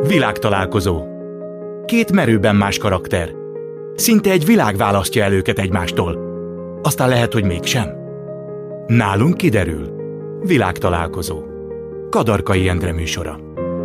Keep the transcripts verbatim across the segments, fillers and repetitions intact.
Világtalálkozó. Két merőben más karakter. Szinte egy világ választja el őket egymástól. Aztán lehet, hogy mégsem. Nálunk kiderül. Világtalálkozó. Kadarkai Endre műsora.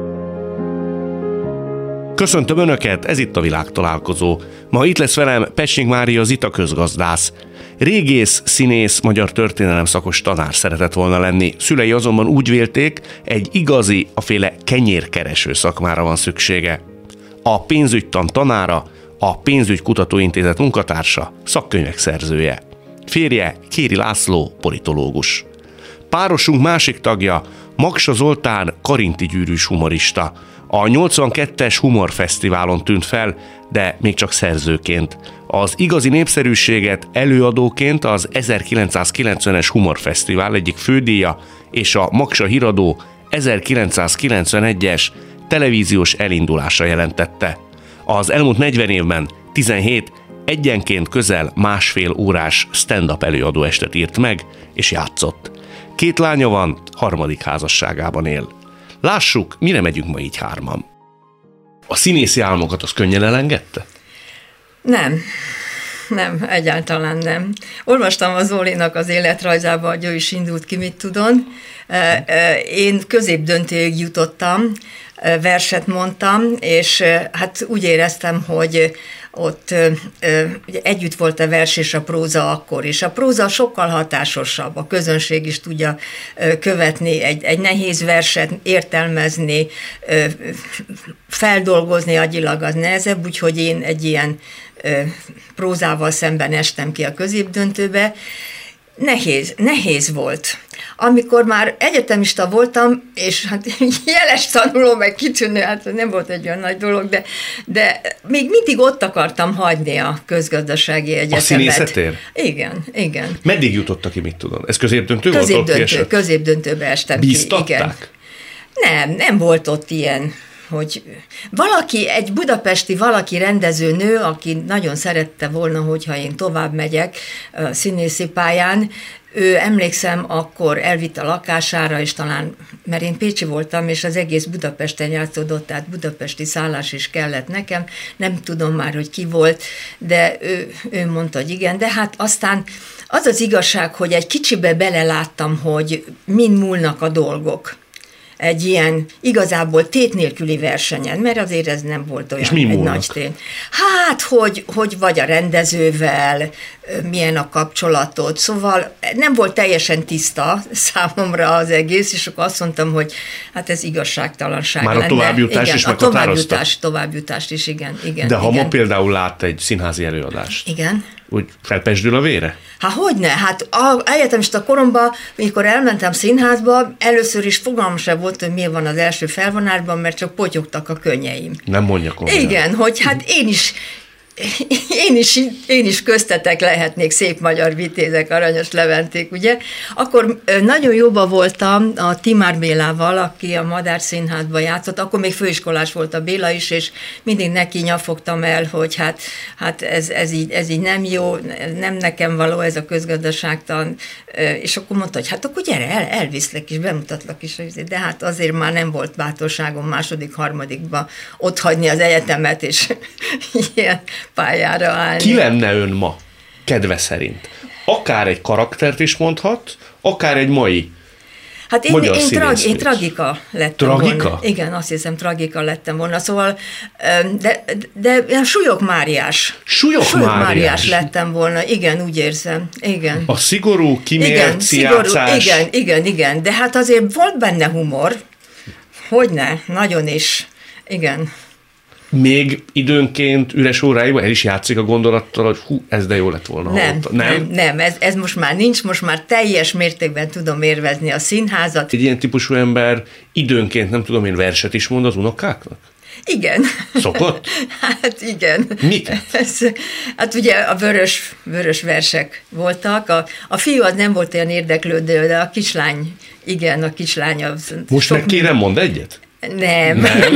Köszöntöm Önöket, ez itt a Világtalálkozó. Ma itt lesz velem Pessink Mária Zita közgazdász. Régész, színész, magyar történelem szakos tanár szeretett volna lenni. Szülei azonban úgy vélték, egy igazi, aféle kenyérkereső szakmára van szüksége. A pénzügytan tanára, a Pénzügykutatóintézet munkatársa, szakkönyvek szerzője. Férje Kéri László, politológus. Párosunk másik tagja Maksa Zoltán, karinti gyűrűs humorista. A nyolcvankettes Humorfesztiválon tűnt fel, de még csak szerzőként. Az igazi népszerűséget előadóként az ezerkilencszázkilencvenes Humorfesztivál egyik fődíja és a Maksa Híradó ezerkilencszázkilencvenegyes televíziós elindulása jelentette. Az elmúlt negyven évben tizenhét egyenként közel másfél órás stand-up előadó estet írt meg és játszott. Két lánya van, harmadik házasságában él. Lássuk, mire megyünk ma így hárman. A színészi álmokat az könnyen elengedte? Nem. Nem, egyáltalán nem. Olvastam az Zolinak az életrajzába, hogy ő is indult ki, mit tudon. Én középdöntőig jutottam, verset mondtam, és hát úgy éreztem, hogy ott ugye együtt volt a vers és a próza akkor, és a próza sokkal hatásosabb, a közönség is tudja követni egy, egy nehéz verset, értelmezni, feldolgozni agyilag az nehezebb, úgyhogy én egy ilyen prózával szemben estem ki a középdöntőbe. Nehéz, nehéz volt. Amikor már egyetemista voltam, és hát jeles tanuló, meg kitűnő, hát nem volt egy olyan nagy dolog, de, de még mindig ott akartam hagyni a közgazdasági egyetemet. A színészetért? Igen, igen. Meddig jutottak ki, mit tudom? Ez középdöntő volt? Középdöntő, középdöntőbe estem ki. Bíztatták? Igen. Nem, nem volt ott ilyen, hogy valaki, egy budapesti valaki rendezőnő, aki nagyon szerette volna, hogyha én tovább megyek a színészi pályán, ő, emlékszem, akkor elvitt a lakására, és talán, mert én pécsi voltam, és az egész Budapesten játszódott, tehát budapesti szállás is kellett nekem, nem tudom már, hogy ki volt, de ő, ő mondta, hogy igen, de hát aztán az az igazság, hogy egy kicsibe beleláttam, hogy mind múlnak a dolgok. Egy ilyen igazából tét nélküli versenyen, mert azért ez nem volt olyan egy nagy tét. Hát, hogy, hogy vagy a rendezővel, milyen a kapcsolatod, szóval nem volt teljesen tiszta számomra az egész, és akkor azt mondtam, hogy hát ez igazságtalanság már lenne. Már a továbbjutás igen, is a meghatározta? továbbjutás, továbbjutást is, igen. igen De ha igen. ma például lát egy színházi előadást, igen. úgy felpesdül a vére? Hát hogyne, hát a egyetemista koromban, amikor elmentem színházba, először is fogalmam sem volt, hogy miért van az első felvonásban, mert csak potyogtak a könnyeim. Nem mondja komolyan. Igen, hogy hát én is, én is, én is köztetek lehetnék szép magyar vitézek, aranyos Leventék, ugye? Akkor nagyon jóba voltam a Timár Bélával, aki a Madár Színházban játszott, akkor még főiskolás volt a Béla is, és mindig neki nyafogtam el, hogy hát, hát ez, ez, így, ez így nem jó, nem nekem való ez a közgazdaságtan, és akkor mondta, hogy hát akkor gyere, el, elviszlek is, bemutatlak is, de hát azért már nem volt bátorságom második, harmadikba otthagyni az egyetemet, és ilyen pályára állni. Ki lenne ön ma, kedve szerint? Akár egy karaktert is mondhat, akár egy mai hát én, magyar én, színésznő. én tragika lettem Tragika? volna. Igen, azt hiszem, tragika lettem volna. Szóval, de, de, de Súlyog Máriás. Súlyog, Súlyog Máriás. Máriás lettem volna. Igen, úgy érzem. Igen. A szigorú, kimért szijátszás. Igen, igen, igen. De hát azért volt benne humor. Hogyne, nagyon is. Igen. Még időnként üres óráiban el is játszik a gondolattal, hogy hú, ez de jó lett volna. Nem, nem, nem, ez, ez most már nincs, most már teljes mértékben tudom érvezni a színházat. Egy ilyen típusú ember időnként, nem tudom én, verset is mond az unokáknak? Igen. Szokott? Hát igen. Miket? Ez, hát ugye a vörös, vörös versek voltak. A, a fiú az nem volt olyan érdeklődő, de a kislány, igen, a kislány. Az most meg kérem, mondd egyet? Nem. Nem.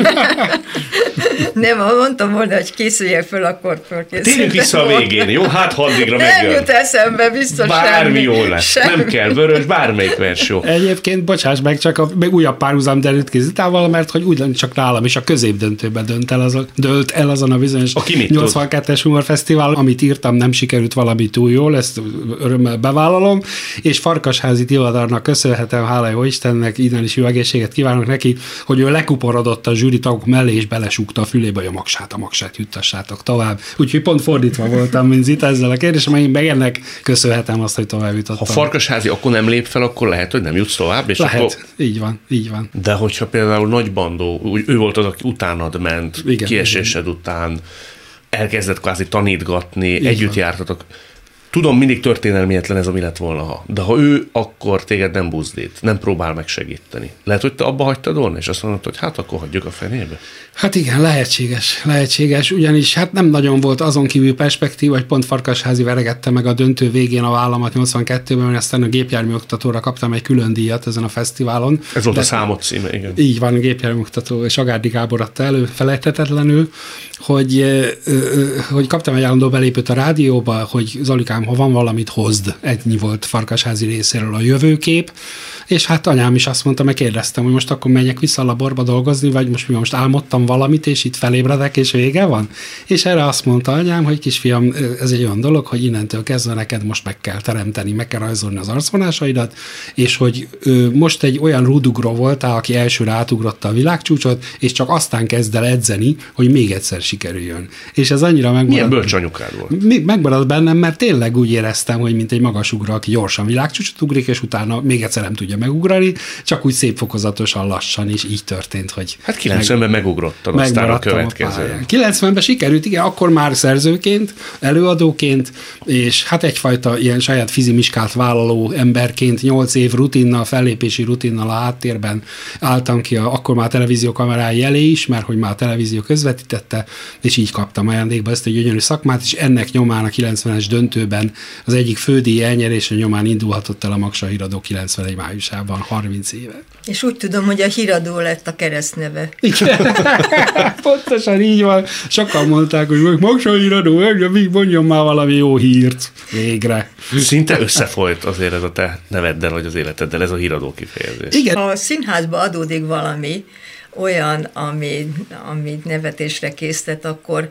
Nem, ha mondtam volna, hogy készüljek föl, akkor fölkészültem. Térjünk vissza a végén, jó? Hát ha addigra nem jut eszembe, biztos bármi semmi. jó lesz. Semmi. Nem kell vörös, bármelyik vers jó. Egyébként, bocsáss meg, csak a még újabb párhuzam derült ki Zitával, mert hogy úgy csak nálam is a középdöntőben dönt el, az, dölt el azon a bizonyos nyolcvankettes humorfesztivál, amit írtam, nem sikerült valami túl jól, ezt örömmel bevállalom, és Farkasházi Tivadarnak köszönhetem, hála jó Istennek, innen is jó egészséget kívánok neki, hogy ő lekuporodott a zsűritagok mellé, és belesúgta a fülébe, hogy a magsát, a magsát juttassátok tovább. Úgyhogy pont fordítva voltam, mint Zita ezzel a kérdésem, én meg ennek köszönhetem azt, hogy tovább jutottam. Ha Farkasházi akkor nem lép fel, akkor lehet, hogy nem jutsz tovább? És lehet, akkor... így van, így van. De hogyha például Nagy Bandó, úgy, ő volt az, aki utánad ment, igen, kiesésed igen. után, elkezdett kvázi tanítgatni, így együtt van. Jártatok. Tudom, mindig történelmietlen ez, ami lett volna, ha. De ha ő, akkor téged nem buzdít, nem próbál meg segíteni. Lehet, hogy te abba hagytad volna, és azt mondod, hogy hát akkor hagyjuk a fenébe? Hát igen, lehetséges, lehetséges, ugyanis hát nem nagyon volt azon kívül perspektíva, hogy pont Farkasházi veregette meg a döntő végén a vállamat nyolcvankettőben, mert aztán a gépjármű oktatóra kaptam egy külön díjat ezen a fesztiválon. Ez volt de, a számot címe, igen. Így van, a gépjármű oktató, és Agárdi Gábor adta elő felejthetetlenül, hogy, hogy kaptam egy állandó belépőt a rádióba, hogy Zolikám, ha van valamit, hozd. Ennyi volt Farkasházi részéről a jövőkép, és hát anyám is azt mondta, meg kérdeztem, hogy most akkor menjek vissza a laborba dolgozni, vagy most mi most álmodtam valamit, és itt felébredek, és vége van? És erre azt mondta anyám, hogy kisfiam, ez egy olyan dolog, hogy innentől kezdve neked most meg kell teremteni, meg kell rajzolni az arcvonásaidat, és hogy ö, most egy olyan rúdugró voltál, aki elsőre átugrotta a világcsúcsot, és csak aztán kezd el edzeni, hogy még egyszer sikerüljön. És ez annyira megmaradt. Milyen bölcs anyukád volt? Megmaradt bennem, mert tényleg úgy éreztem, hogy mint egy magasugró, aki gyorsan világcsúcsot ugrik, és utána még egyszer nem tudja megugrani, csak úgy szép fokozatosan, lassan, és így történt, hogy... Hát kilencvenben meg, megugrottad aztán a következő. kilencvenben sikerült, igen, akkor már szerzőként, előadóként, és hát egyfajta ilyen saját fizimiskát vállaló emberként, nyolc év rutinnal, fellépési rutinnal a háttérben álltam ki a, akkor már a televízió kamerája elé is, mert hogy már a televízió közvetítette, és így kaptam ajándékba ezt a gyönyörű szakmát, és ennek nyomán a kilencvenes döntőben az egyik fődíj elnyerése nyomán indulhatott el a Magsa Híradó kilencvenegy májusában, harminc éve. És úgy tudom, hogy a Híradó lett a keresztneve. Igen. Pontosan így van. Sokan mondták, hogy Magsa Híradó, mondjon már valami jó hírt. Végre. Szinte összefolyt azért ez a te neveddel, vagy az életeddel, ez a Híradó kifejezés. Igen. Ha a színházba adódik valami olyan, ami, ami nevetésre késztet, akkor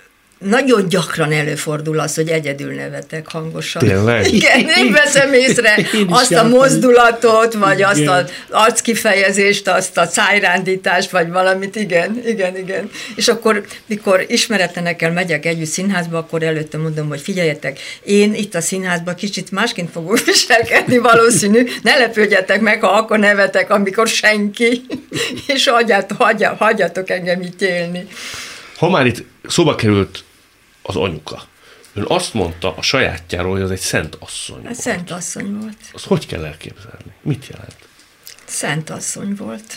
nagyon gyakran előfordul az, hogy egyedül nevetek hangosan. Tényleg? Igen, nem veszem észre azt a mozdulatot, vagy azt az arckifejezést, azt a szájrándítást, vagy valamit, igen, igen, igen. És akkor, mikor ismeretlenekkel megyek együtt színházba, akkor előtte mondom, hogy figyeljetek, én itt a színházban kicsit másként fogok viselkedni valószínű, ne lepődjetek meg, ha akkor nevetek, amikor senki, és hagyjátok, hagyjátok, hagyjátok engem itt élni. Ha már itt szóba került az anyuka, ön azt mondta a sajátjáról, hogy az egy szent asszony A volt. szent asszony volt. Azt hogy kell elképzelni? Mit jelent? Szent asszony volt.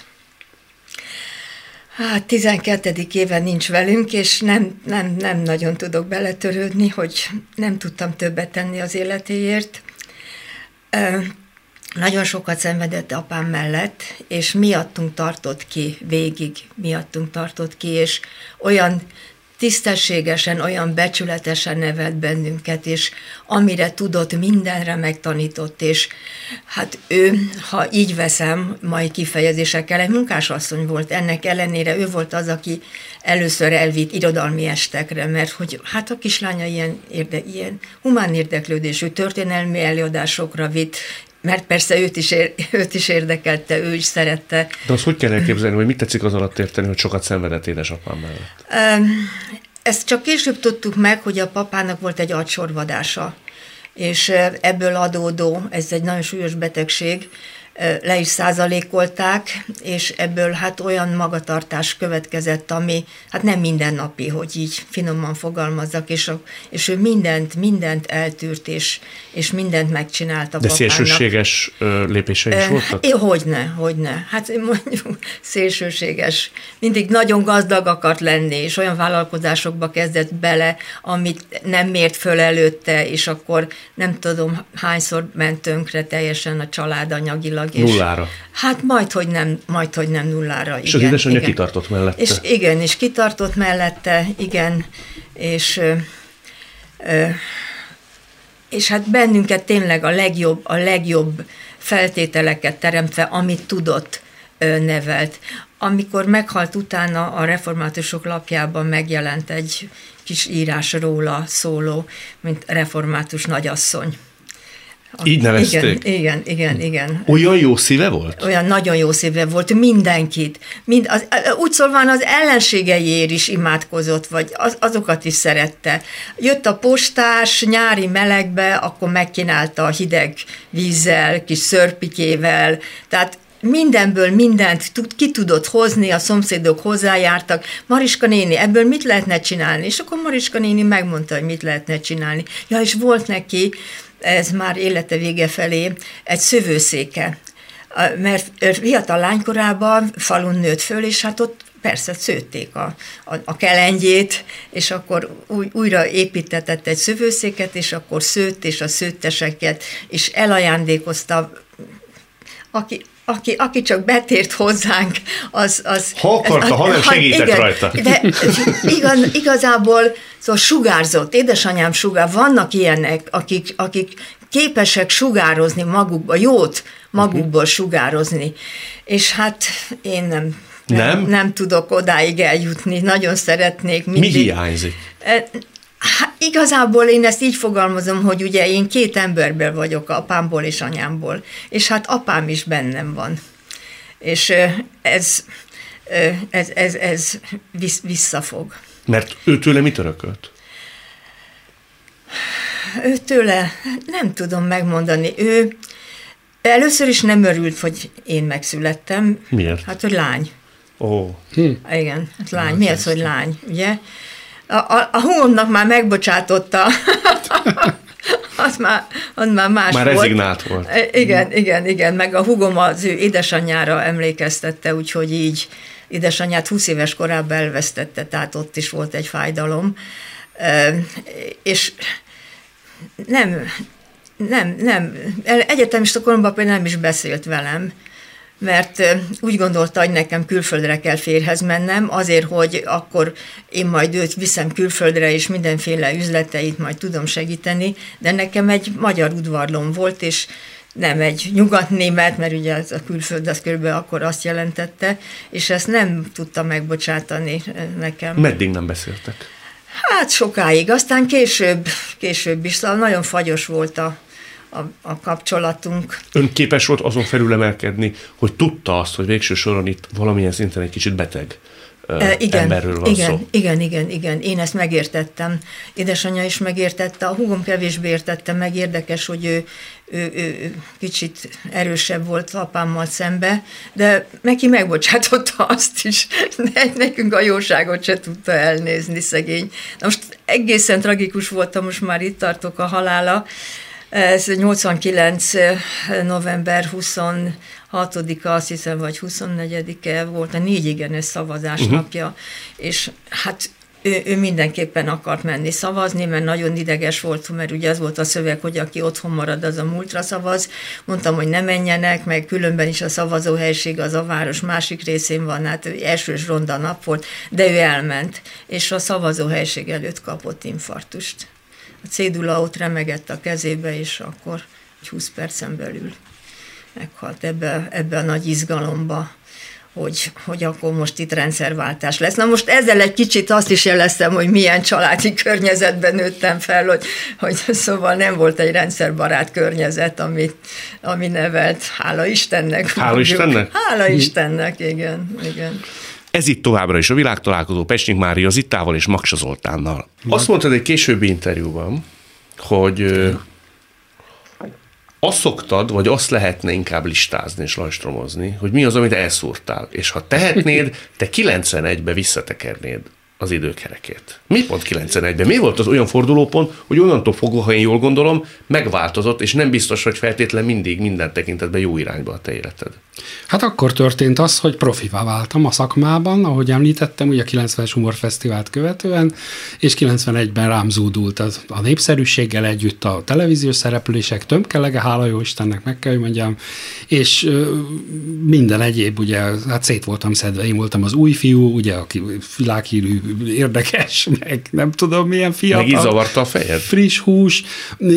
Hát tizenkettedik éven nincs velünk, és nem, nem, nem nagyon tudok beletörődni, hogy nem tudtam többet tenni az életéért. Nagyon sokat szenvedett apám mellett, és miattunk tartott ki végig, miattunk tartott ki, és olyan tisztességesen, olyan becsületesen nevelt bennünket, és amire tudott, mindenre megtanított, és hát ő, ha így veszem, mai kifejezésekkel, egy munkásasszony volt, ennek ellenére ő volt az, aki először elvitt irodalmi estekre, mert hogy hát a kislánya ilyen, érde, ilyen humán érdeklődésű, történelmi előadásokra vitt, mert persze őt is, ér, őt is érdekelte, ő is szerette. De azt hogy kell elképzelni, hogy mit tetszik az alatt érteni, hogy sokat szenvedett édesapám mellett? Ezt csak később tudtuk meg, hogy a papának volt egy agysorvadása, és ebből adódó, ez egy nagyon súlyos betegség, le is százalékolták, és ebből hát olyan magatartás következett, ami hát nem mindennapi, hogy így finoman fogalmazzak, és, a, és ő mindent, mindent eltűrt, és, és mindent megcsinált a De papának. szélsőséges ö, lépései is voltak? É, hogyne, hogyne. Hát mondjuk szélsőséges. Mindig nagyon gazdag akart lenni, és olyan vállalkozásokba kezdett bele, amit nem mért föl előtte, és akkor nem tudom hányszor ment tönkre teljesen a család anyagilag, gyakorlatilag. És nullára. Hát majd, hogy nem, majd, hogy nem nullára. És igen, az édesanyja igen. kitartott mellette. És igen, és kitartott mellette, igen, és ö, ö, és hát bennünket tényleg a legjobb, a legjobb feltételeket teremtve, amit tudott, ö, nevelt. Amikor meghalt utána, a Reformátusok lapjában megjelent egy kis írás róla szóló, mint református nagyasszony. Így nevezték? Igen, igen, igen, igen. Olyan jó szíve volt? Olyan nagyon jó szíve volt, mindenkit. Mind, az, úgy szólván az ellenségeiért is imádkozott, vagy az, azokat is szerette. Jött a postás nyári melegbe, akkor megkínálta a hideg vízzel, kis szörpikével, tehát mindenből mindent ki tudott hozni, a szomszédok hozzájártak. Mariska néni, ebből mit lehetne csinálni? És akkor Mariska néni megmondta, hogy mit lehetne csinálni. Ja, és volt neki, ez már élete vége felé, egy szövőszéke. Mert fiatal lánykorában falun nőtt föl, és hát ott persze szőtték a, a, a kelengyét, és akkor új, újra építetett egy szövőszéket, és akkor szőtt, és a szőtteseket, és elajándékozta, aki Aki, aki csak betért hozzánk, az... az ha akarta, ha nem segített igen, rajta. De igaz, igazából szóval sugárzott, édesanyám sugár, vannak ilyenek, akik, akik képesek sugározni magukba, jót magukból sugározni. És hát én nem, nem? nem, nem tudok odáig eljutni, nagyon szeretnék mindig. Mi hiányzik? Hát igazából én ezt így fogalmazom, hogy ugye én két emberből vagyok, apámból és anyámból, és hát apám is bennem van. És ez, ez, ez, ez visszafog. Mert őtőle mit örökölt? Őtőle nem tudom megmondani. Ő először is nem örült, hogy én megszülettem. Miért? Hát, hogy lány. Ó. Oh. Hm. Igen, hát lány. Mi az, hogy lány, ugye? A, a, a húgomnak már megbocsátotta, az, már, az már más már volt. Már rezignált volt. Igen, igen, igen, meg a húgom az ő édesanyjára emlékeztette, úgyhogy így édesanyját húsz éves korában elvesztette, tehát ott is volt egy fájdalom. És nem, nem, nem, egyetemista koromban például nem is beszélt velem, mert úgy gondolta, hogy nekem külföldre kell férjhez mennem, azért, hogy akkor én majd őt viszem külföldre, és mindenféle üzleteit majd tudom segíteni, de nekem egy magyar udvarlóm volt, és nem egy nyugatnémet, mert ugye ez a külföld az körülbelül akkor azt jelentette, és ezt nem tudta megbocsátani nekem. Meddig nem beszéltek? Hát sokáig, aztán később, később is, szóval nagyon fagyos volt a A, a kapcsolatunk. Ön képes volt azon felülemelkedni, hogy tudta azt, hogy végső soron itt valamilyen szinten egy kicsit beteg e, igen, emberről van igen, szó. Igen, igen, igen. Én ezt megértettem. Édesanyja is megértette, a húgom kevésbé értette meg. Érdekes, hogy ő, ő, ő kicsit erősebb volt apámmal szembe, de neki megbocsátotta azt is. De nekünk a jóságot se tudta elnézni, szegény. Na most egészen tragikus voltam, most már itt tartok a halála. Ez nyolcvankilenc november huszonhatodika, azt hiszem, vagy huszonnegyedike volt a négy igenes szavazás uh-huh. napja, és hát ő, ő mindenképpen akart menni szavazni, mert nagyon ideges volt, mert ugye az volt a szöveg, hogy aki otthon marad, az a múltra szavaz. Mondtam, hogy ne menjenek, meg különben is a szavazóhelység az a város másik részén van, hát elsős ronda nap volt, de ő elment, és a szavazóhelység előtt kapott infarktust. A cédula ott remegett a kezébe, és akkor húsz percen belül meghalt ebbe, ebbe a nagy izgalomba, hogy, hogy akkor most itt rendszerváltás lesz. Na most ezzel egy kicsit azt is jeleztem, hogy milyen családi környezetben nőttem fel, hogy, hogy szóval nem volt egy rendszerbarát környezet, ami, ami nevelt. Hála Istennek. Hála mondjuk. Istennek? Hála Istennek, igen, igen. Ez itt továbbra is a Világtalálkozó Pesnyik Mária Zittával és Maksa Zoltánnal. Azt mondtad egy későbbi interjúban, hogy azt szoktad, vagy azt lehetne inkább listázni és lajstromozni, hogy mi az, amit elszúrtál. És ha tehetnéd, te kilencvenegybe visszatekernéd az időkerekét. Mi pont kilencvenegyben? Mi volt az olyan fordulópont, hogy onnantól fogva, ha én jól gondolom, megváltozott, és nem biztos, hogy feltétlen mindig minden tekintetben jó irányba a te életed? Hát akkor történt az, hogy profivá váltam a szakmában, ahogy említettem, ugye a kilencvenes humorfesztivált követően, és kilencvenegyben rám zúdult a, a népszerűséggel együtt a televíziós szereplések tömkelege, hála jó Istennek, meg kell, hogy mondjam, és ö, minden egyéb, ugye, hát szét voltam szedve, én voltam az új fiú, ugye, aki világhírű, érdekes, meg nem tudom milyen fiatal. Meg is zavarta a fejed? Friss hús.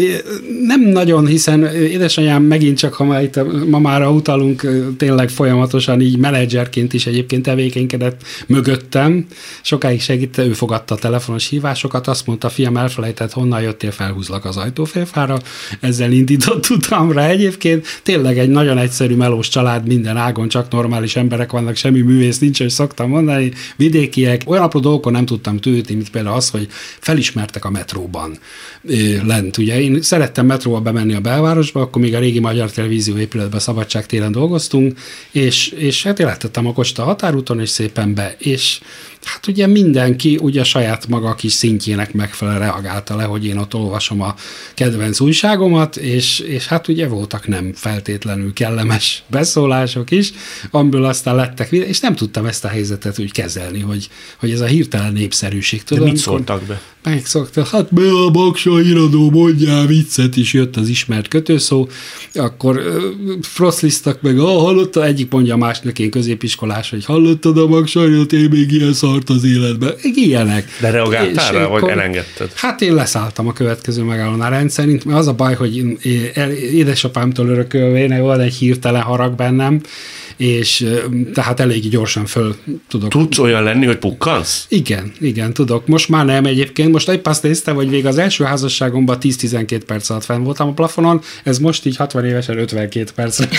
Nem nagyon, hiszen édesanyám megint csak, ha már itt a mamára utalunk, tényleg folyamatosan így menedzserként is egyébként tevékenykedett mögöttem. Sokáig segítette, ő fogadta a telefonos hívásokat, azt mondta, fiam, elfelejtett, honnan jöttél, felhúzlak az ajtófélfára. Ezzel indított utamra egyébként. Tényleg egy nagyon egyszerű melós család, minden ágon csak normális emberek vannak, semmi művész nincs, hogy szoktam mondani, vidékiek. Olyan apró dolgokon nem tudtam tűrni, mint például az, hogy felismertek a metróban lent. Ugye én szerettem metróba bemenni a belvárosba, akkor még a régi Magyar Televízió épületben Szabadságtéren dolgoztunk, és, és hát én letettem a Kosta határúton, és szépen be, és hát ugye mindenki ugye saját maga kis szintjének megfelelően reagálta le, hogy én ott olvasom a kedvenc újságomat, és, és hát ugye voltak nem feltétlenül kellemes beszólások is, amiből aztán lettek, és nem tudtam ezt a helyzetet úgy kezelni, hogy, hogy ez a hirtelen népszerűség. Tudom, de mit szóltak be? Megszoktak, hát be a Baksa iradó, mondjál viccet, is jött az ismert kötőszó, akkor froszliztak meg, ah, hallottad, egyik mondja a másnak, én középiskolás, hogy hallottad a Baksa iradót, én még ilyen szart az életben. Ilyenek. De reagáltál rá, vagy elengedted? Hát én leszálltam a következő megállónál rendszerint, mert az a baj, hogy én, én, édesapámtól örökölve van egy hirtelen harag bennem, és tehát elég gyorsan föl tudok. Tudsz olyan lenni, hogy pukkansz? Igen, igen, tudok. Most már nem egyébként. Most épp azt néztem, hogy még az első házasságomban tíz-tizenkét perc alatt fenn voltam a plafonon, ez most így hatvan évesen ötvenkét percre.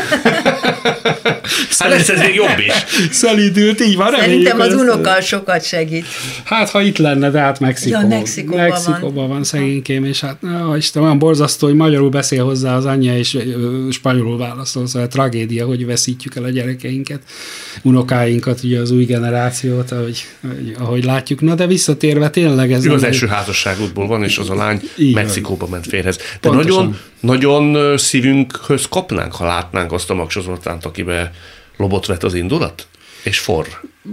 Hát lesz ez még jobb is. Szelídült, így van. Szerintem az unokkal sokat segít. Hát, ha itt lenne, de hát Mexikóban. Ja, Mexikóban, Mexikóban van. van szegénykém, és hát na, Isten, olyan borzasztó, hogy magyarul beszél hozzá az anyja, és ö, spanyolul válaszol, szóval tragédia, hogy veszítjük el a gyerekeinket, unokáinkat, ugye az új generációt, ahogy, ahogy látjuk. Na, de visszatérve tényleg ez... Ő az első házasságútból van, és az a lány így Mexikóba ment férhez. De Pontosan. nagyon, nagyon szívünkhöz kapnánk, ha látnánk azt a Maksa Zoltánt, akibe lobot vett az indulat? És forr.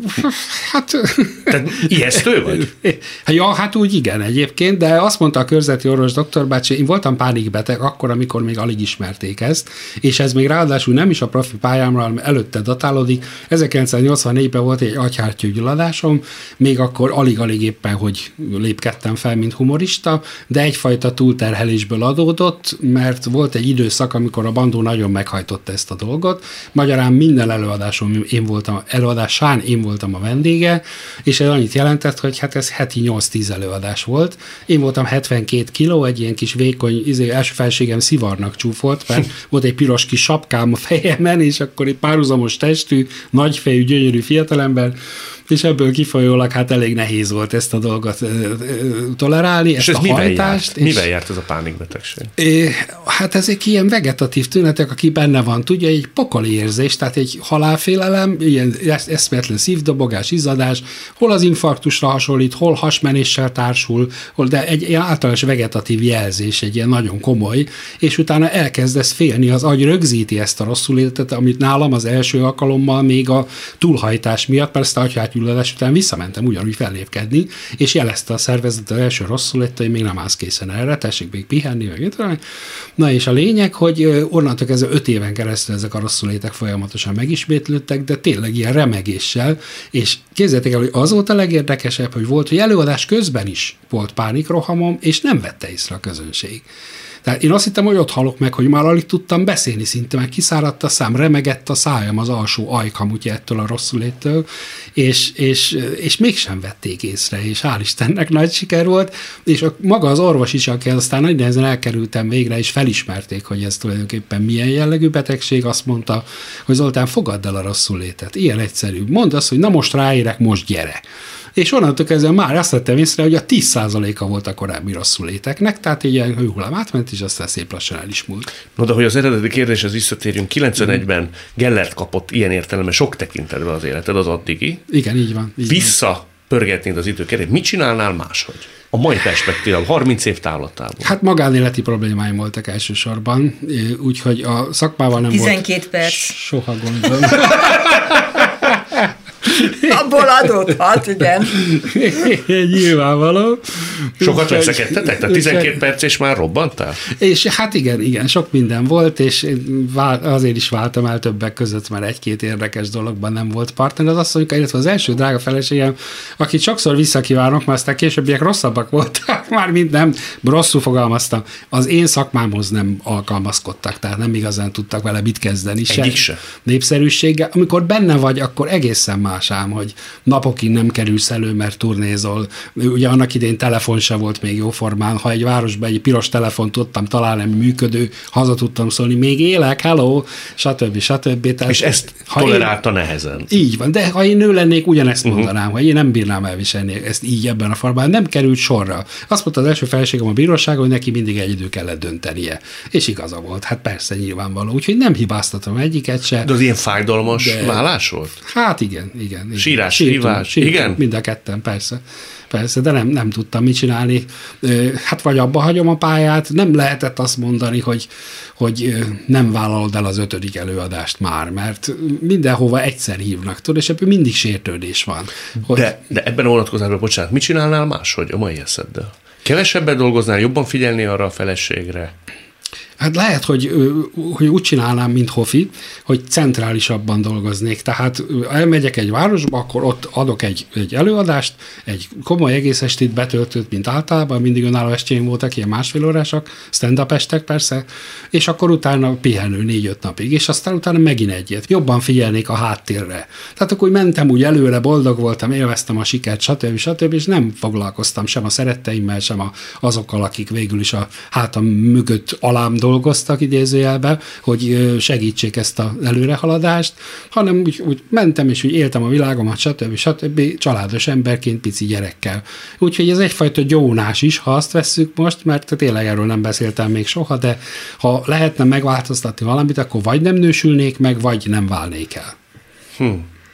Hát... Tehát ijesztő vagy? Ja, hát úgy igen egyébként, de azt mondta a körzeti orvos doktor bácsi, én voltam pánikbeteg akkor, amikor még alig ismerték ezt, és ez még ráadásul nem is a profi pályámra, hanem előtte datálódik. ezerkilencszáznyolcvannégyben volt egy agyhártyúgyulladásom, még akkor alig-alig éppen, hogy lépkedtem fel, mint humorista, de egyfajta túlterhelésből adódott, mert volt egy időszak, amikor a Bandó nagyon meghajtotta ezt a dolgot. Magyarán minden előadásom én voltam, előadásán én voltam a vendége, és ez annyit jelentett, hogy hát ez heti nyolc-tíz előadás volt. Én voltam hetvenkét kiló, egy ilyen kis vékony, izé, első felségem szivarnak csúfolt, mert volt egy piros kis sapkám a fejemen, és akkor egy párhuzamos testű, nagyfejű, gyönyörű fiatalember, és ebből kifolyólag hát elég nehéz volt ezt a dolgot ö, ö, tolerálni, és ezt ez a mivel hajtást. Járt? És mivel járt ez a pánikbetegség? É, hát ezek ilyen vegetatív tünetek, aki benne van, tudja, egy pokoli érzés, tehát egy halálfélelem, ilyen eszméletlen szívdobogás, izzadás, hol az infarktusra hasonlít, hol hasmenéssel társul, hol, de egy ilyen általános vegetatív jelzés, egy ilyen nagyon komoly, és utána elkezdesz félni, az agy rögzíti ezt a rosszul életet, amit nálam az első alkalommal még a túlhajtás miatt, mert ezt a agyhártyúgyulladás után visszamentem ugyanúgy fellépkedni, és jelezte a szervezet az első rosszul lett, hogy még nem állsz készen erre, tessék még pihenni, meg itt. Na és a lényeg, hogy onnantól kezdve öt éven keresztül ezek a rosszulétek folyamatosan megismétlődtek, de tényleg ilyen remegéssel, és képzeljétek el, hogy az volt a legérdekesebb, hogy volt, hogy előadás közben is volt pánikrohamom, és nem vette észre a közönség. Tehát én azt hittem, hogy ott halok meg, hogy már alig tudtam beszélni szinte, meg kiszáradt a szám, remegett a szájam az alsó ajkam, ugye ettől a rosszuléttől, és, és, és mégsem vették észre, és hál' Istennek nagy siker volt, és a, maga az orvos is, aki aztán nagy nehezen elkerültem végre, és felismerték, hogy ez tulajdonképpen milyen jellegű betegség, azt mondta, hogy Zoltán, fogadd el a rosszulétet. Ilyen egyszerű. Mondd azt, hogy na most ráérek, most gyere. És onnantól kezdve már azt vettem észre, hogy a tíz százaléka volt a korábbi rosszuléteknek, tehát egy ilyen hőhullám átment, és aztán szép lassan el is múlt. No, de hogy az eredeti kérdéshez visszatérjünk, kilencvenegyben mm. Gellert kapott ilyen értelemben sok tekintetben az életed, az addigi. Igen, így van. Így Vissza pörgetnéd az időkerét, mit csinálnál máshogy? A mai perspektíva, harminc év távlatából. Hát magánéleti problémáim voltak elsősorban, úgyhogy a szakmával nem tizenkét volt perc. Soha gondom. Abból adódhat, igen. Nyilvánvaló. Sokat veszekedtetek? Tehát tizenkét perc és már robbantál? És hát igen, igen, sok minden volt, és azért is váltam el többek között, mert egy-két érdekes dologban nem volt partner. Az asszonyka, illetve az első drága feleségem, akit sokszor visszakívánok, mert aztán későbbiek rosszabbak voltak, már mind nem, rosszul fogalmaztam, az én szakmámhoz nem alkalmazkodtak, tehát nem igazán tudtak vele mit kezdeni. Egyik se. Népszerűséggel. Amikor benne vagy, akkor egészen más ám, hogy napokig nem kerülsz elő, mert turnézol. Ugye annak idején telefon se volt még jóformán. Ha egy városban egy piros telefont tudtam találni, működő, haza tudtam szólni, még élek, hello, stb. stb. Tehát, és ezt tolerálta én, nehezen. Így van, de ha én nő lennék, ugyanezt uh-huh. mondanám, hogy én nem bírnám elviselni ezt így ebben a formában. Nem került sorra. Azt mondta az első feleségem a bíróságon, hogy neki mindig egy idő kellett döntenie. És igaza volt. Hát persze, nyilvánvaló. Úgyhogy nem hibáztatom egyiket se. De az ilyen fájdalmas de... vállás volt? Hát igen, igen. igen. Sírás, sírás. Igen? Mind a ketten, persze. Persze, de nem, nem tudtam mit csinálni. Hát vagy abba hagyom a pályát, nem lehetett azt mondani, hogy, hogy nem vállalod el az ötödik előadást már, mert mindenhova egyszer hívnak, tudod, és ebből mindig sértődés van. Hogy... De, de ebben a vonatkozásban, bocsánat, mit csinálnál máshogy a mai eszeddel? Kevesebbet dolgoznál, jobban figyelni arra a feleségre? Hát lehet, hogy, hogy úgy csinálnám, mint Hofi, hogy centrálisabban dolgoznék. Tehát elmegyek egy városba, akkor ott adok egy, egy előadást, egy komoly egész estét betöltött, mint általában, mindig önálló estjén voltak, ilyen másfél órásak, stand-up estek persze, és akkor utána pihenő négy-öt napig, és aztán utána megint egyet. Jobban figyelnék a háttérre. Tehát akkor mentem úgy előre, boldog voltam, élveztem a sikert, stb. stb. És nem foglalkoztam sem a szeretteimmel, sem a, azokkal, akik végül is a hátam mögött alám dolgoztak idézőjelben, hogy segítsék ezt az előrehaladást, hanem úgy, úgy mentem, és úgy éltem a világomat, stb. stb. Családos emberként, pici gyerekkel. Úgyhogy ez egyfajta gyónás is, ha azt vesszük most, mert tényleg erről nem beszéltem még soha, de ha lehetne megváltoztatni valamit, akkor vagy nem nősülnék meg, vagy nem válnék el. Hm.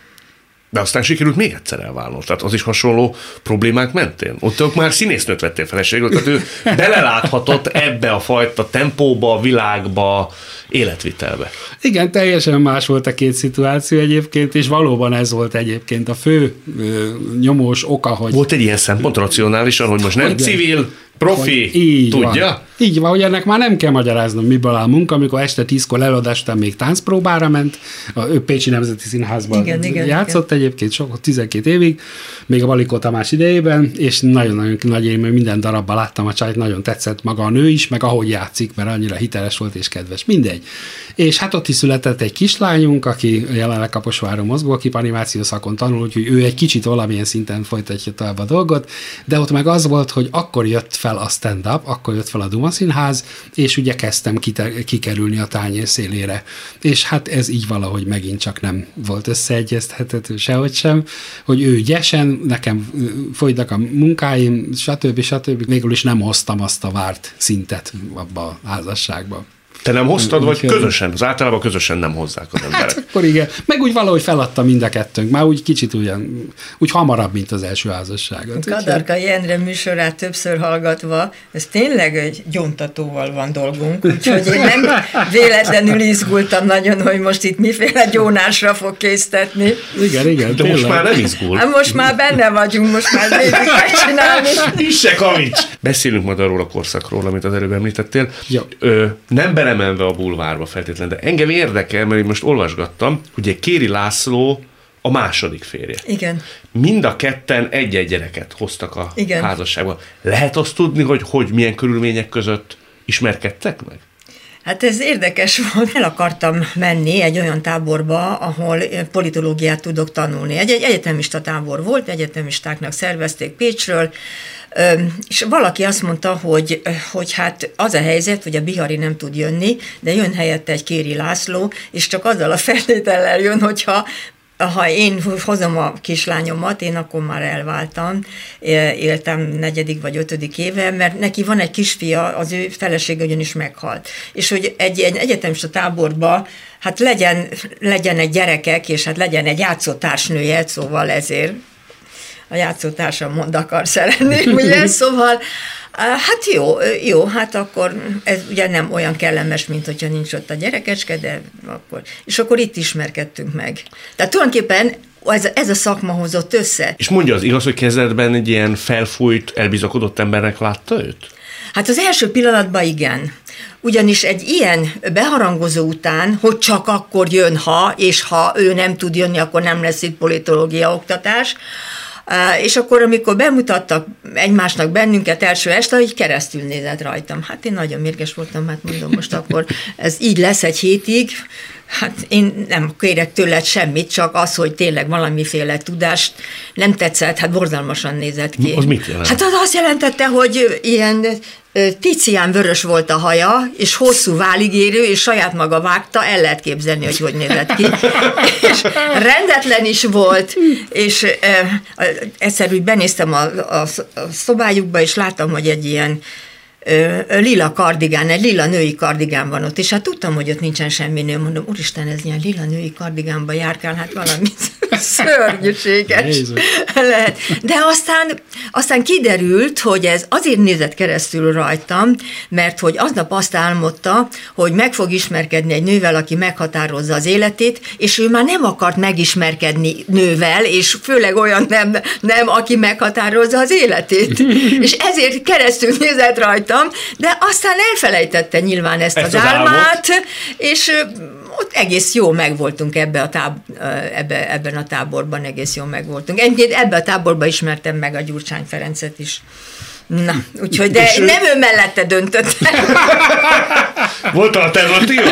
De aztán sikerült még egyszer elválnod. Tehát az is hasonló problémák mentén. Ott ők már színésznőt vettél feleségül, tehát ő beleláthatott ebbe a fajta tempóba, világba, életvitelbe. Igen, teljesen más volt a két szituáció egyébként, és valóban ez volt egyébként a fő ö, nyomós oka, hogy... Volt egy ilyen szempont racionálisan, hogy most nem hogy civil, profi, így tudja? Van. Így van, hogy ennek már nem kell magyaráznom, miből áll munka, amikor este tízkor előadás után még táncpróbára ment, a Pécsi Nemzeti Színházban igen, igen, játszott igen. Egyébként sok, tizenkét évig, még a Balikó Tamás idejében, és nagyon-nagyon nagy élmény, minden darabban láttam a csájt, nagyon tetszett maga a nő is, meg ahogy játszik, mert annyira hiteles volt és kedves, mindegy. És hát ott is született egy kislányunk, aki jelenleg Kaposváron mozgókép animáció szakon tanul, úgyhogy ő egy kicsit valamilyen szinten folytatja tovább a dolgot, de ott meg az volt, hogy akkor jött fel a stand-up, akkor jött fel a Duma Színház, és ugye kezdtem kiter- kikerülni a tányér szélére. És hát ez így valahogy megint csak nem volt összeegyeztethető sehogy sem, hogy ő ügyesen, nekem folytak a munkáim, stb. stb. Végül is nem hoztam azt a várt szintet abba a házasságba. Te nem hoztad, vagy közösen? Az általában közösen nem hozzák az emberek. Hát akkor igen. Meg úgy valahogy feladta mind a kettőnk. Már úgy kicsit ugyan, úgy hamarabb, mint az első házasságot. Kadarkai Endre műsorát többször hallgatva, ez tényleg egy gyóntatóval van dolgunk, úgyhogy én nem véletlenül izgultam nagyon, hogy most itt miféle gyónásra fog késztetni. Igen, igen. De tényleg. Most már nem izgul. Hát most már benne vagyunk, most már végig megcsinálni. Isse kavics! Beszélünk majd arról a korszakról, amit az előbb említettél. Ö, nem belemenve a bulvárba feltétlenül, de engem érdekel, mert én most olvasgattam, hogy Kéri László a második férje. Igen. Mind a ketten egy-egy gyereket hoztak a Igen. házasságba. Lehet azt tudni, hogy, hogy milyen körülmények között ismerkedtek meg? Hát ez érdekes volt, el akartam menni egy olyan táborba, ahol politológiát tudok tanulni. Egy, egy egyetemista tábor volt, egyetemistáknak szervezték Pécsről, és valaki azt mondta, hogy, hogy hát az a helyzet, hogy a Bihari nem tud jönni, de jön helyette egy Kéri László, és csak azzal a feltétellel jön, hogyha ha én hozom a kislányomat, én akkor már elváltam, éltem negyedik vagy ötödik éve, mert neki van egy kisfia, az ő felesége ugyanis meghalt. És hogy egy, egy egyetemista táborba, hát legyen, legyenek gyerekek, és hát legyen egy játszótársnője, szóval ezért a játszótársam mond akar szeretni, ugye, szóval hát jó, jó, hát akkor ez ugye nem olyan kellemes, mint hogyha nincs ott a gyerekecske, de akkor, és akkor itt ismerkedtünk meg. Tehát tulajdonképpen ez, ez a szakma hozott össze. És mondja, az igaz, hogy kezdetben egy ilyen felfújt, elbizakodott embernek látta őt? Hát az első pillanatban igen. Ugyanis egy ilyen beharangozó után, hogy csak akkor jön, ha, és ha ő nem tud jönni, akkor nem lesz itt politológia oktatás, és akkor, amikor bemutattak egymásnak bennünket első este, így keresztül nézett rajtam. Hát én nagyon mérges voltam, hát mondom, most akkor ez így lesz egy hétig. Hát én nem kérek tőled semmit, csak az, hogy tényleg valamiféle tudást nem tetszett, hát borzalmasan nézett ki. Az mit jelent? Hát az azt jelentette, hogy ilyen Tizián vörös volt a haja, és hosszú váligérő, és saját maga vágta, el lehet képzelni, hogy hogy nézett ki. És rendetlen is volt, és e, egyszer úgy benéztem a, a, a szobájukba, és láttam, hogy egy ilyen e, lila kardigán, egy lila női kardigán van ott, és hát tudtam, hogy ott nincsen semmi nő. Mondom, úristen, ez ilyen lila női kardigánba járkál, hát valami szörnyűséges lehet. De aztán, aztán kiderült, hogy ez azért nézett keresztül rajtam, mert hogy aznap azt álmodta, hogy meg fog ismerkedni egy nővel, aki meghatározza az életét, és ő már nem akart megismerkedni nővel, és főleg olyan nem, nem aki meghatározza az életét. És ezért keresztül nézett rajtam, de aztán elfelejtette nyilván ezt, ezt az, az álmát, és ott egész jó megvoltunk ebbe a táb, ebbe, ebben a táborban, egész jó megvoltunk. Egyébként ebbe a táborban ismertem meg a Gyurcsány Ferencet is. Na, úgyhogy, de és nem ő mellette döntött. Volt alternatíva?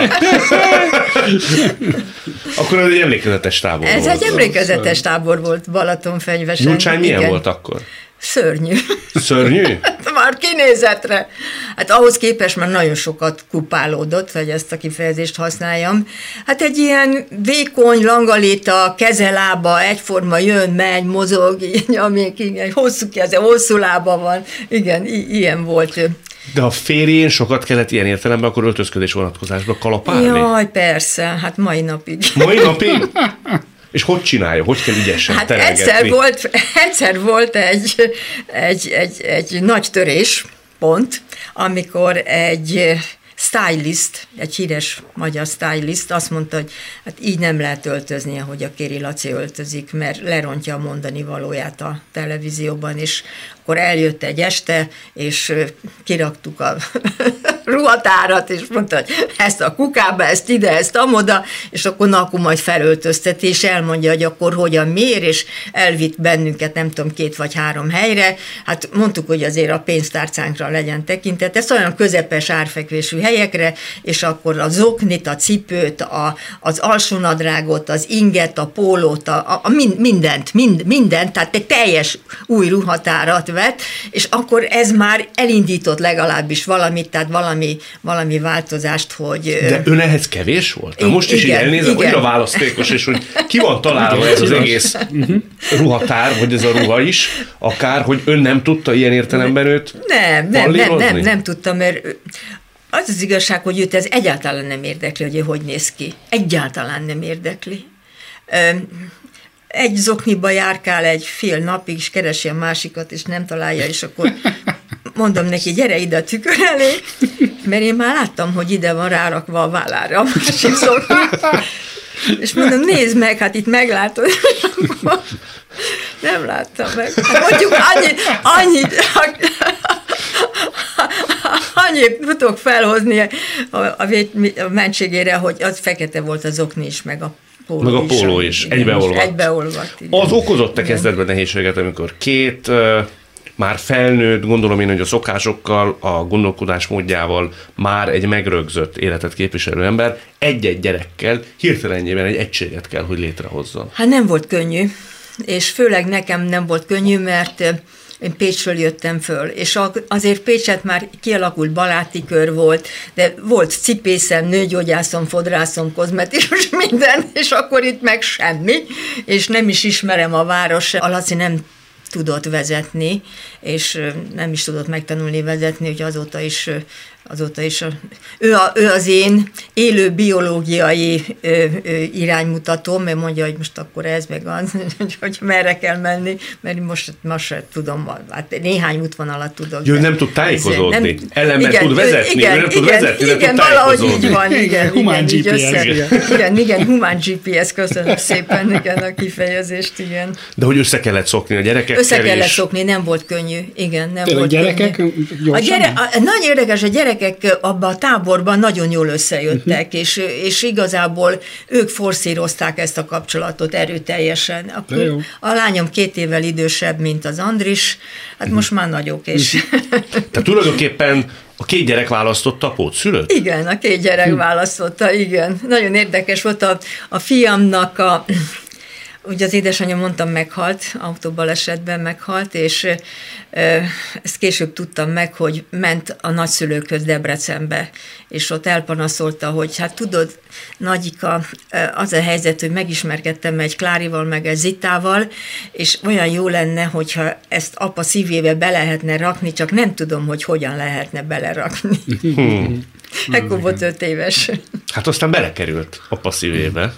Akkor ez egy emlékezetes tábor ez volt. Ez egy emlékezetes tábor volt Balatonfenyvesen. Gyurcsány milyen igen. volt akkor? Szörnyű. Szörnyű? Már kinézetre. Hát ahhoz képest már nagyon sokat kupálódott, hogy ezt a kifejezést használjam. Hát egy ilyen vékony, langalita, kezelába, egyforma jön, megy, mozog, amik igen, hosszú keze, hosszú lába van. Igen, i- ilyen volt. De a férjén sokat kellett ilyen értelemben akkor öltözködés vonatkozásban kalapálni? Jaj, persze, hát mai napig. Mai napig? És hogy csinálja? Hogy kell ügyesen hát terelgetni? egyszer volt, egyszer volt egy, egy, egy, egy nagy törés pont, amikor egy stylist, egy híres magyar stylist azt mondta, hogy hát így nem lehet öltözni, ahogy a Kéri Laci öltözik, mert lerontja a mondani valóját a televízióban, és akkor eljött egy este, és kiraktuk a ruhatárat, és mondta, hogy ezt a kukába, ezt ide, ezt amoda, és akkor na, akkor majd felöltözteti, és elmondja, hogy akkor hogyan, miért, és elvitt bennünket, nem tudom, két vagy három helyre. Hát mondtuk, hogy azért a pénztárcánkra legyen tekintet, ez olyan közepes árfekvésű helyekre, és akkor a zoknit, a cipőt, a, az alsónadrágot, az inget, a pólót, a, a, a mindent, mind, mindent, tehát egy teljes új ruhatárat vett, és akkor ez már elindított legalábbis valamit, tehát valami, valami változást, hogy... De ön ehhez kevés volt? Na most is igen, így elnézem, annyira választékos, és hogy ki van találva ez az egész ruhatár, vagy ez a ruha is, akár, hogy ön nem tudta ilyen értelemben őt Nem, nem, nem, nem, nem tudtam, mert az az igazság, hogy őt ez egyáltalán nem érdekli, hogy ő hogy néz ki. Egyáltalán nem érdekli. Egy zokniba járkál egy fél napig, és keresi a másikat, és nem találja, és akkor mondom neki, gyere ide a tükör elé, mert én már láttam, hogy ide van rárakva a vállára a másik zokni. És mondom, nézd meg, hát itt meglátod, és akkor nem láttam meg. Hát mondjuk annyit, annyit, annyit tudok felhozni a, a, a mentségére, hogy az fekete volt az okni is, meg a póló meg a póló is, is. egybeolvadt. Egybeolvadt. Az okozott-e kezdetben nehézséget, amikor két uh, már felnőtt, gondolom én, hogy a szokásokkal, a gondolkodásmódjával már egy megrögzött életet képviselő ember egy-egy gyerekkel hirtelenjében egy egységet kell, hogy létrehozzon? Hát nem volt könnyű, és főleg nekem nem volt könnyű, mert én Pécsről jöttem föl, és azért Pécset már kialakult baráti kör volt, de volt cipészem, nőgyógyászom, fodrászom, kozmetikus, minden, és akkor itt meg semmi, és nem is ismerem a város. A Laci nem tudott vezetni, és nem is tudott megtanulni vezetni, hogy azóta is, azóta is a, ő, a, ő az én élő biológiai ö, ö, iránymutatóm, mert mondja, hogy most akkor ez meg az, hogy, hogy merre kell menni, mert most, most sem tudom, hát néhány útvonalat tudok. Jó, nem tud tájékozódni, ellenben tud vezetni, igen, ő nem tud igen, vezetni, igen, nem tud valahogy így van, igen, igen, humán igen, gé pé es. össze, igen, igen, humán gé pé es, köszönöm szépen, igen, a kifejezést, igen. De hogy össze kellett szokni a gyerekekkel. Össze kellett és... szokni, nem volt könnyű, igen, nem Tényleg volt gyerekek könnyű. A gyere, a, nagyon érdekes, a gyerekek abban a táborban nagyon jól összejöttek, uh-huh. és, és igazából ők forszírozták ezt a kapcsolatot erőteljesen. Akkor a lányom két évvel idősebb, mint az Andris, hát uh-huh. most már nagyok, és... Uh-huh. Tehát tulajdonképpen a két gyerek választott apót, szülőt? Igen, a két gyerek hm. választotta, igen. Nagyon érdekes volt a, a fiamnak a... Ugye az édesanyja, mondtam, meghalt, autóbalesetben meghalt, és e, ezt később tudtam meg, hogy ment a nagyszülőkhöz Debrecenbe, és ott elpanaszolta, hogy hát tudod, Nagyika, az a helyzet, hogy megismerkedtem egy Klárival, meg egy Zitával, és olyan jó lenne, hogyha ezt apa szívébe be lehetne rakni, csak nem tudom, hogy hogyan lehetne belerakni. Hmm. Ekkor volt öt éves. Hát aztán belekerült apa szívébe.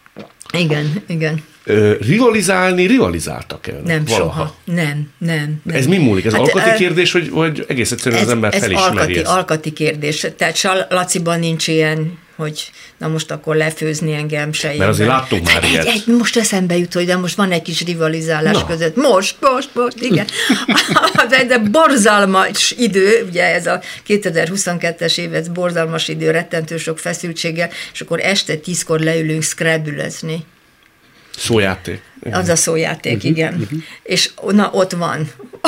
Igen, igen. Ö, rivalizálni, rivalizáltak el? Nem, valaha? soha. Nem, nem, nem. Ez mi múlik? Ez hát, alkati uh, kérdés, vagy, vagy egész egyszerűen ez, az ember ez felismeri alkati, ezt? alkati kérdés. Tehát Laciban nincs ilyen, hogy na most akkor lefőzni engem se. Mert azért láttunk már ilyet. Egy, egy, most eszembe jut, hogy de most van egy kis rivalizálás na. között. Most, most, most, igen. de, de borzalmas idő, ugye ez a kétezer-huszonkettes év, ez borzalmas idő, rettentő sok feszültséggel, és akkor este tízkor leülünk scrabble-ezni. Szójáték. Igen. Az a szójáték, uh-huh, igen. Uh-huh. És na, ott van.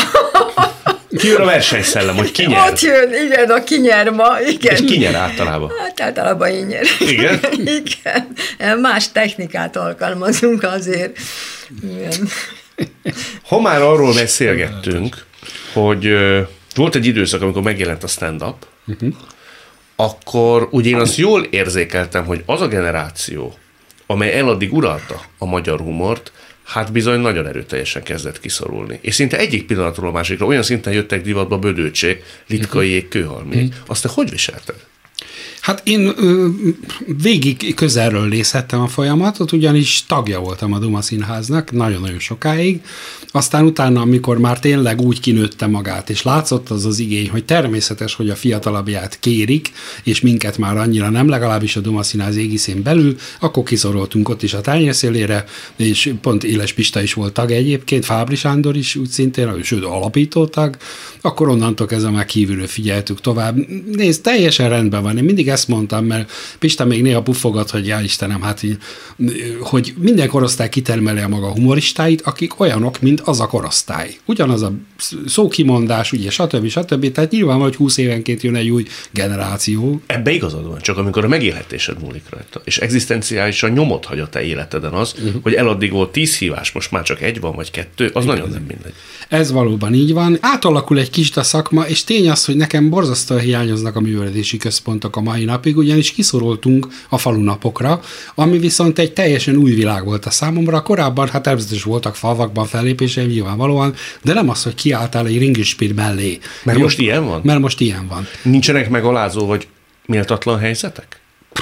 Ki jön a versenyszellem, hogy ki nyer? Ott jön, igen, a ki nyer ma, igen. És ki nyer általában? Hát általában én nyer. Igen? Igen. Más technikát alkalmazunk azért. Igen. Ha már arról beszélgettünk, hogy uh, volt egy időszak, amikor megjelent a stand-up, uh-huh. akkor ugye én azt jól érzékeltem, hogy az a generáció, amely eladdig uralta a magyar humort, hát bizony nagyon erőteljesen kezdett kiszorulni. És szinte egyik pillanatról a másikra olyan szinten jöttek divatba Bödőcsék, Litkaiék, Kőhalmék. Azt te hogy viselted? Hát én ö, végig közelről nézhettem a folyamatot, ugyanis tagja voltam a Duma Színháznak nagyon-nagyon sokáig. Aztán utána, amikor már tényleg úgy kinőtte magát, és látszott az az igény, hogy természetes, hogy a fiatalabbját kérik, és minket már annyira nem, legalábbis a Duma Színház égiszén belül, akkor kiszoroltunk ott is a tányérszélére, és pont Éles Pista is volt tag egyébként, Fábri Sándor is úgy szintén, sőt alapító tag, akkor onnantól kezdve már kívülről figyeltük tovább. Nézd, teljesen rendben van, én mindig ezt mondtam, mert Pista még néha puffogat, hogy já Istenem, hát így, hogy minden korosztály kitermeli a maga humoristáit, akik olyanok, mint az a korosztály. Ugyanaz a szókimondás, ugye, stb. stb. Tehát nyilván, hogy húsz évenként jön egy új generáció. Ebbe igazad van, csak amikor a megélhetésed múlik rajta, és egzisztenciálisan nyomot hagy a te életeden az, uh-huh. hogy eladdig volt tíz hívás, most már csak egy van, vagy kettő, az igen, nagyon nem mindegy. Ez valóban így van. Átalakul egy kicsit a szakma, és tény az, hogy nekem borzasztóan hiányoznak a művelődési központok a mai napig, ugyanis kiszorultunk a falunapokra, ami viszont egy teljesen új világ volt a számomra. Korábban, hát természetesen voltak falvakban fellépéseim nyilvánvalóan, de nem az, hogy kiálltál egy ringispír mellé. Mert Jó, most ilyen van? Mert most ilyen van. Nincsenek megalázó vagy méltatlan helyzetek?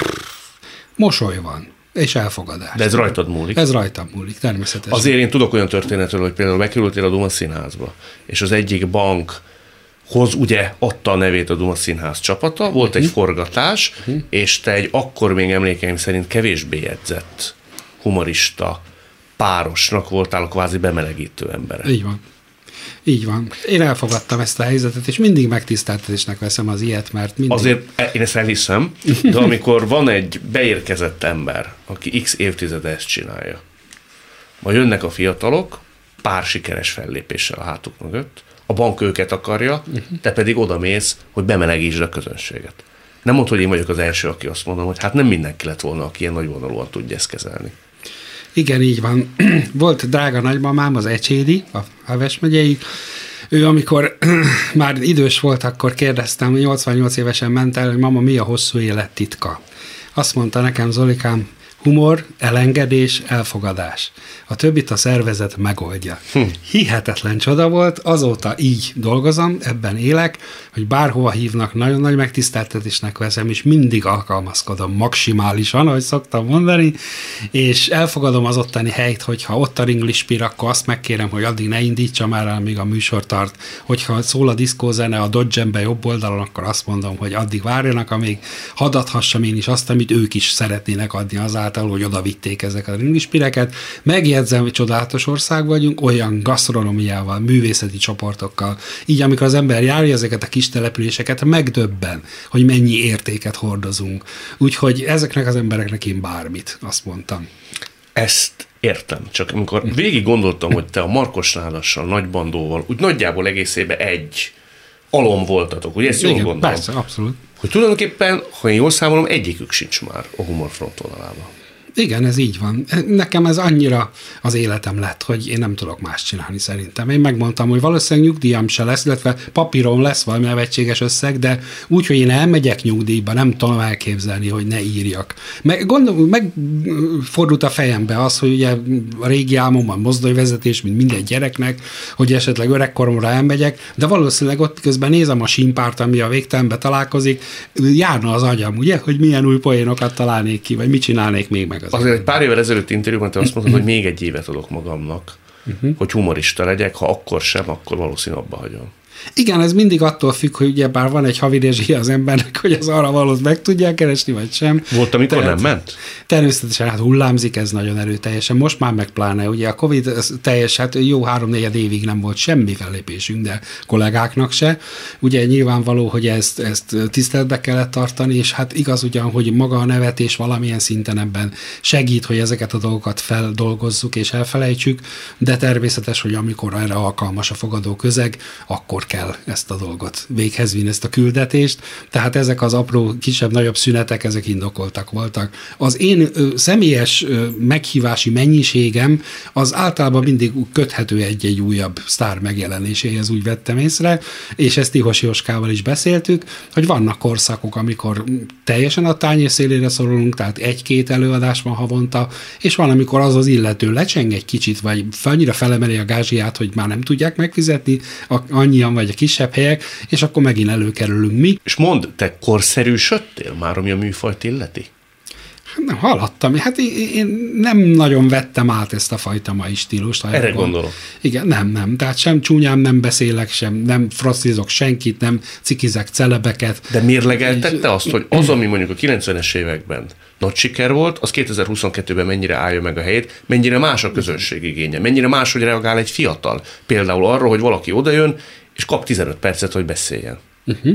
Mosoly van. És elfogadás. De ez rajtad múlik? Ez rajtam múlik, természetesen. Azért én tudok olyan történetről, hogy például bekerültél a Duma Színházba, és az egyik bankhoz ugye adta a nevét a Duma Színház csapata, volt uh-huh. egy forgatás, uh-huh. és te egy akkor még emlékeim szerint kevésbé jegyzett humorista párosnak voltál a kvázi bemelegítő embere. Így van. Így van. Én elfogadtam ezt a helyzetet, és mindig megtiszteltetésnek veszem az ilyet, mert mindig... Azért én ezt elhiszem, de amikor van egy beérkezett ember, aki x évtizede ezt csinálja, majd jönnek a fiatalok, pár sikeres fellépéssel a hátuk mögött, a bank őket akarja, te pedig odamész, hogy bemelegítsd a közönséget. Nem mondd, hogy én vagyok az első, aki azt mondom, hogy hát nem mindenki lett volna, aki ilyen nagyvonalúan tudja ezt kezelni. Igen, így van. Volt drága nagymamám, az Ecsédi, a Heves megyei. Ő, amikor már idős volt, akkor kérdeztem, nyolcvannyolc évesen ment el, hogy mama, mi a hosszú élet titka? Azt mondta nekem, Zolikám, Humor, elengedés, elfogadás. A többit a szervezet megoldja. Hm. Hihetetlen csoda volt, azóta így dolgozom, ebben élek, hogy bárhova hívnak, nagyon nagy megtiszteltetésnek veszem, és mindig alkalmazkodom maximálisan, ahogy szoktam mondani, és elfogadom az ottani helyt, hogyha ott a ringlispír, akkor azt megkérem, hogy addig ne indítsa már el, míg a műsor tart. Hogyha szól a diszkózene a Dodge-be jobb oldalon, akkor azt mondom, hogy addig várjanak, amíg hadathassam én is azt, amit ők is szeretnének adni azáltal, hogy oda vitték ezeket a ringlispíreket. Megjegyzem, hogy csodálatos ország vagyunk, olyan gasztronómiával, művészeti csoportokkal. Így, amikor az ember járja ezeket a kis településeket, megdöbben, hogy mennyi értéket hordozunk. Úgyhogy ezeknek az embereknek én bármit, azt mondtam. Ezt értem, csak amikor végig gondoltam, hogy te a Markos Nádassal, Nagy Bandóval, úgy nagyjából egészében egy alom voltatok, ugye ezt jól Igen, gondolom? Persze, abszolút. Hogy tulajdonképpen, ha én jól számolom, egyikük sincs már a Humor frontvonalában. Igen, ez így van. Nekem ez annyira az életem lett, hogy én nem tudok más csinálni szerintem. Én megmondtam, hogy valószínűleg nyugdíjam se lesz, illetve papíron lesz valami nevetséges összeg, de úgy, hogy én elmegyek nyugdíjba, nem tudom elképzelni, hogy ne írjak. Meg, gondolom, megfordult a fejembe az, hogy ugye a régi álmom a mozdonyvezetés, mint minden gyereknek, hogy esetleg öregkoromra elmegyek, de valószínűleg ott közben nézem a Sínpárt, ami a végtelenbe találkozik, járna az agyam, ugye, hogy milyen új poénokat találnék ki, vagy mit csinálnék még meg. Az Azért egy pár évvel ezelőtt interjúban te azt mondtad, hogy még egy évet adok magamnak, uh-huh. hogy humorista legyek, ha akkor sem, akkor valószínűleg abba hagyom. Igen, ez mindig attól függ, hogy ugye bár van egy havidézsia az embernek, hogy az arra valót meg tudják keresni, vagy sem. Volt, amikor Tehát, nem ment? Természetesen hát hullámzik ez nagyon erőteljesen. Most már meg pláne, ugye a Covid teljes, hát jó három-négy évig nem volt semmi fellépésünk, de kollégáknak se. Ugye nyilvánvaló, hogy ezt, ezt tiszteletbe kellett tartani, és hát igaz ugyan, hogy maga a nevetés valamilyen szinten ebben segít, hogy ezeket a dolgokat feldolgozzuk és elfelejtsük, de természetes, hogy amikor erre alkalmas a fogadó közeg, akkor kell ezt a dolgot véghez vinni, ezt a küldetést. Tehát ezek az apró, kisebb-nagyobb szünetek, ezek indokoltak voltak. Az én ö, személyes ö, meghívási mennyiségem az általában mindig köthető egy-egy újabb sztár megjelenéséhez, úgy vettem észre, és ezt Tihosi Jóskával is beszéltük, hogy vannak korszakok, amikor teljesen a tányér szélére szorulunk, tehát egy-két előadás van havonta, és van, amikor az az illető lecseng egy kicsit, vagy annyira felemeli a gázsiát, hogy már nem tudják megfizetni, annyian vagy a kisebb helyek, és akkor megint előkerülünk mi. És mondd, te korszerűsödtél már, ami a műfajt illeti? Nem hallottam. Hát én nem nagyon vettem át ezt a fajta mai stílust. Erre gondolok. Igen, nem, nem. Tehát sem csúnyán nem beszélek, sem nem frosztizok senkit, nem cikizek celebeket. De mérlegeltette azt, hogy az, ami mondjuk a kilencvenes években nagy siker volt, az kétezer-huszonkettőben mennyire állja meg a helyét, mennyire más a közönség igénye, mennyire máshogy reagál egy fiatal. Például arra, hogy valaki odajön, és kap tizenöt percet, hogy beszéljen. Uh-huh.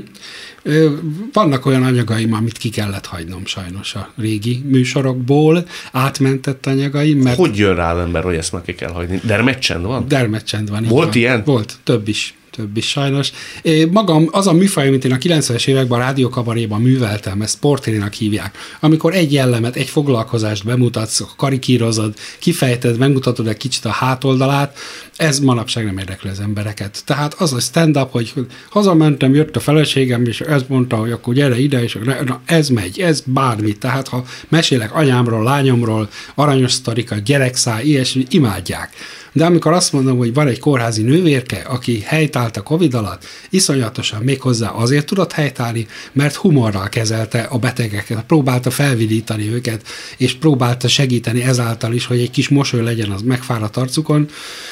Vannak olyan anyagaim, amit ki kellett hagynom sajnos a régi műsorokból, átmentett anyagaim, mert... Hogy jön rá az ember, hogy ezt már ki kell hagyni? Dermedcsend van? Dermedcsend van. Volt van. ilyen? Volt, több is. Több is sajnos. Magam, az a műfaj, amit én a kilencvenes években a rádiókabaréban műveltem, ezt sportérénak hívják. Amikor egy jellemet, egy foglalkozást bemutatsz, karikírozod, kifejted, megmutatod egy kicsit a hátoldalát, ez manapság nem érdekli az embereket. Tehát az a stand-up, hogy hazamentem, jött a feleségem, és ez mondta, hogy akkor gyere ide, és na, ez megy, ez bármi. Tehát ha mesélek anyámról, lányomról, aranyos sztorikat, gyerekszáj, ilyesmi, imádják. De amikor azt mondom, hogy van egy kórházi nővérke, aki helytált a Covid alatt, iszonyatosan méghozzá azért tudott helytállni, mert humorral kezelte a betegeket, próbálta felvidítani őket, és próbálta segíteni ezáltal is, hogy egy kis mosoly legyen az megfáradt arcukon.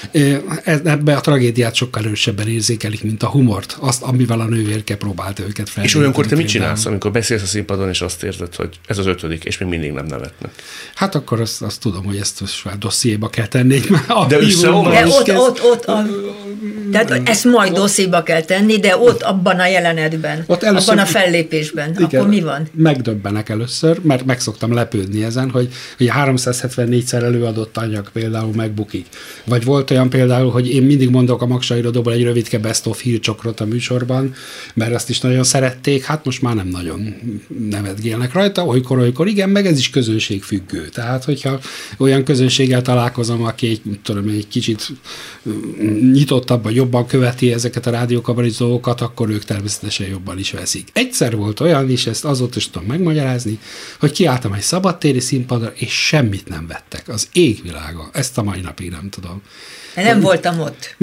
Ebbe a tragédiát sokkal erősebben érzékelik, mint a humort, azt, amivel a nővérke próbálta őket felvidítani. És olyankor te mit csinálsz, amikor beszélsz a színpadon, és azt érzed, hogy ez az ötödik, és még mindig nem nevetnek? Hát akkor azt, azt tudom, hogy ezt a dossziéba kell tenni. De De ott, ott, ott, a, tehát ezt majd dossziéba kell tenni, de ott abban a jelenetben, ott először, abban a fellépésben, igen, akkor mi van? Megdöbbenek először, mert meg szoktam lepődni ezen, hogy, hogy háromszázhetvennégy-szer előadott anyag például megbukik. Vagy volt olyan például, hogy én mindig mondok a Maksa Irodóból egy rövidke best of hírcsokrot a műsorban, mert azt is nagyon szerették, hát most már nem nagyon nevetgélnek rajta, olykor, olykor igen, meg ez is közönségfüggő. Tehát, hogyha olyan közönséggel találkozom, aki egy, tudom, egy kicsit nyitott nyitottabban, jobban követi ezeket a rádiókabaréz dolgokat, akkor ők természetesen jobban is veszik. Egyszer volt olyan, és ezt azóta is tudom megmagyarázni, hogy kiálltam egy szabadtéri színpadra, és semmit nem vettek. Az égvilága. Ezt a mai napig nem tudom. Nem voltam ott.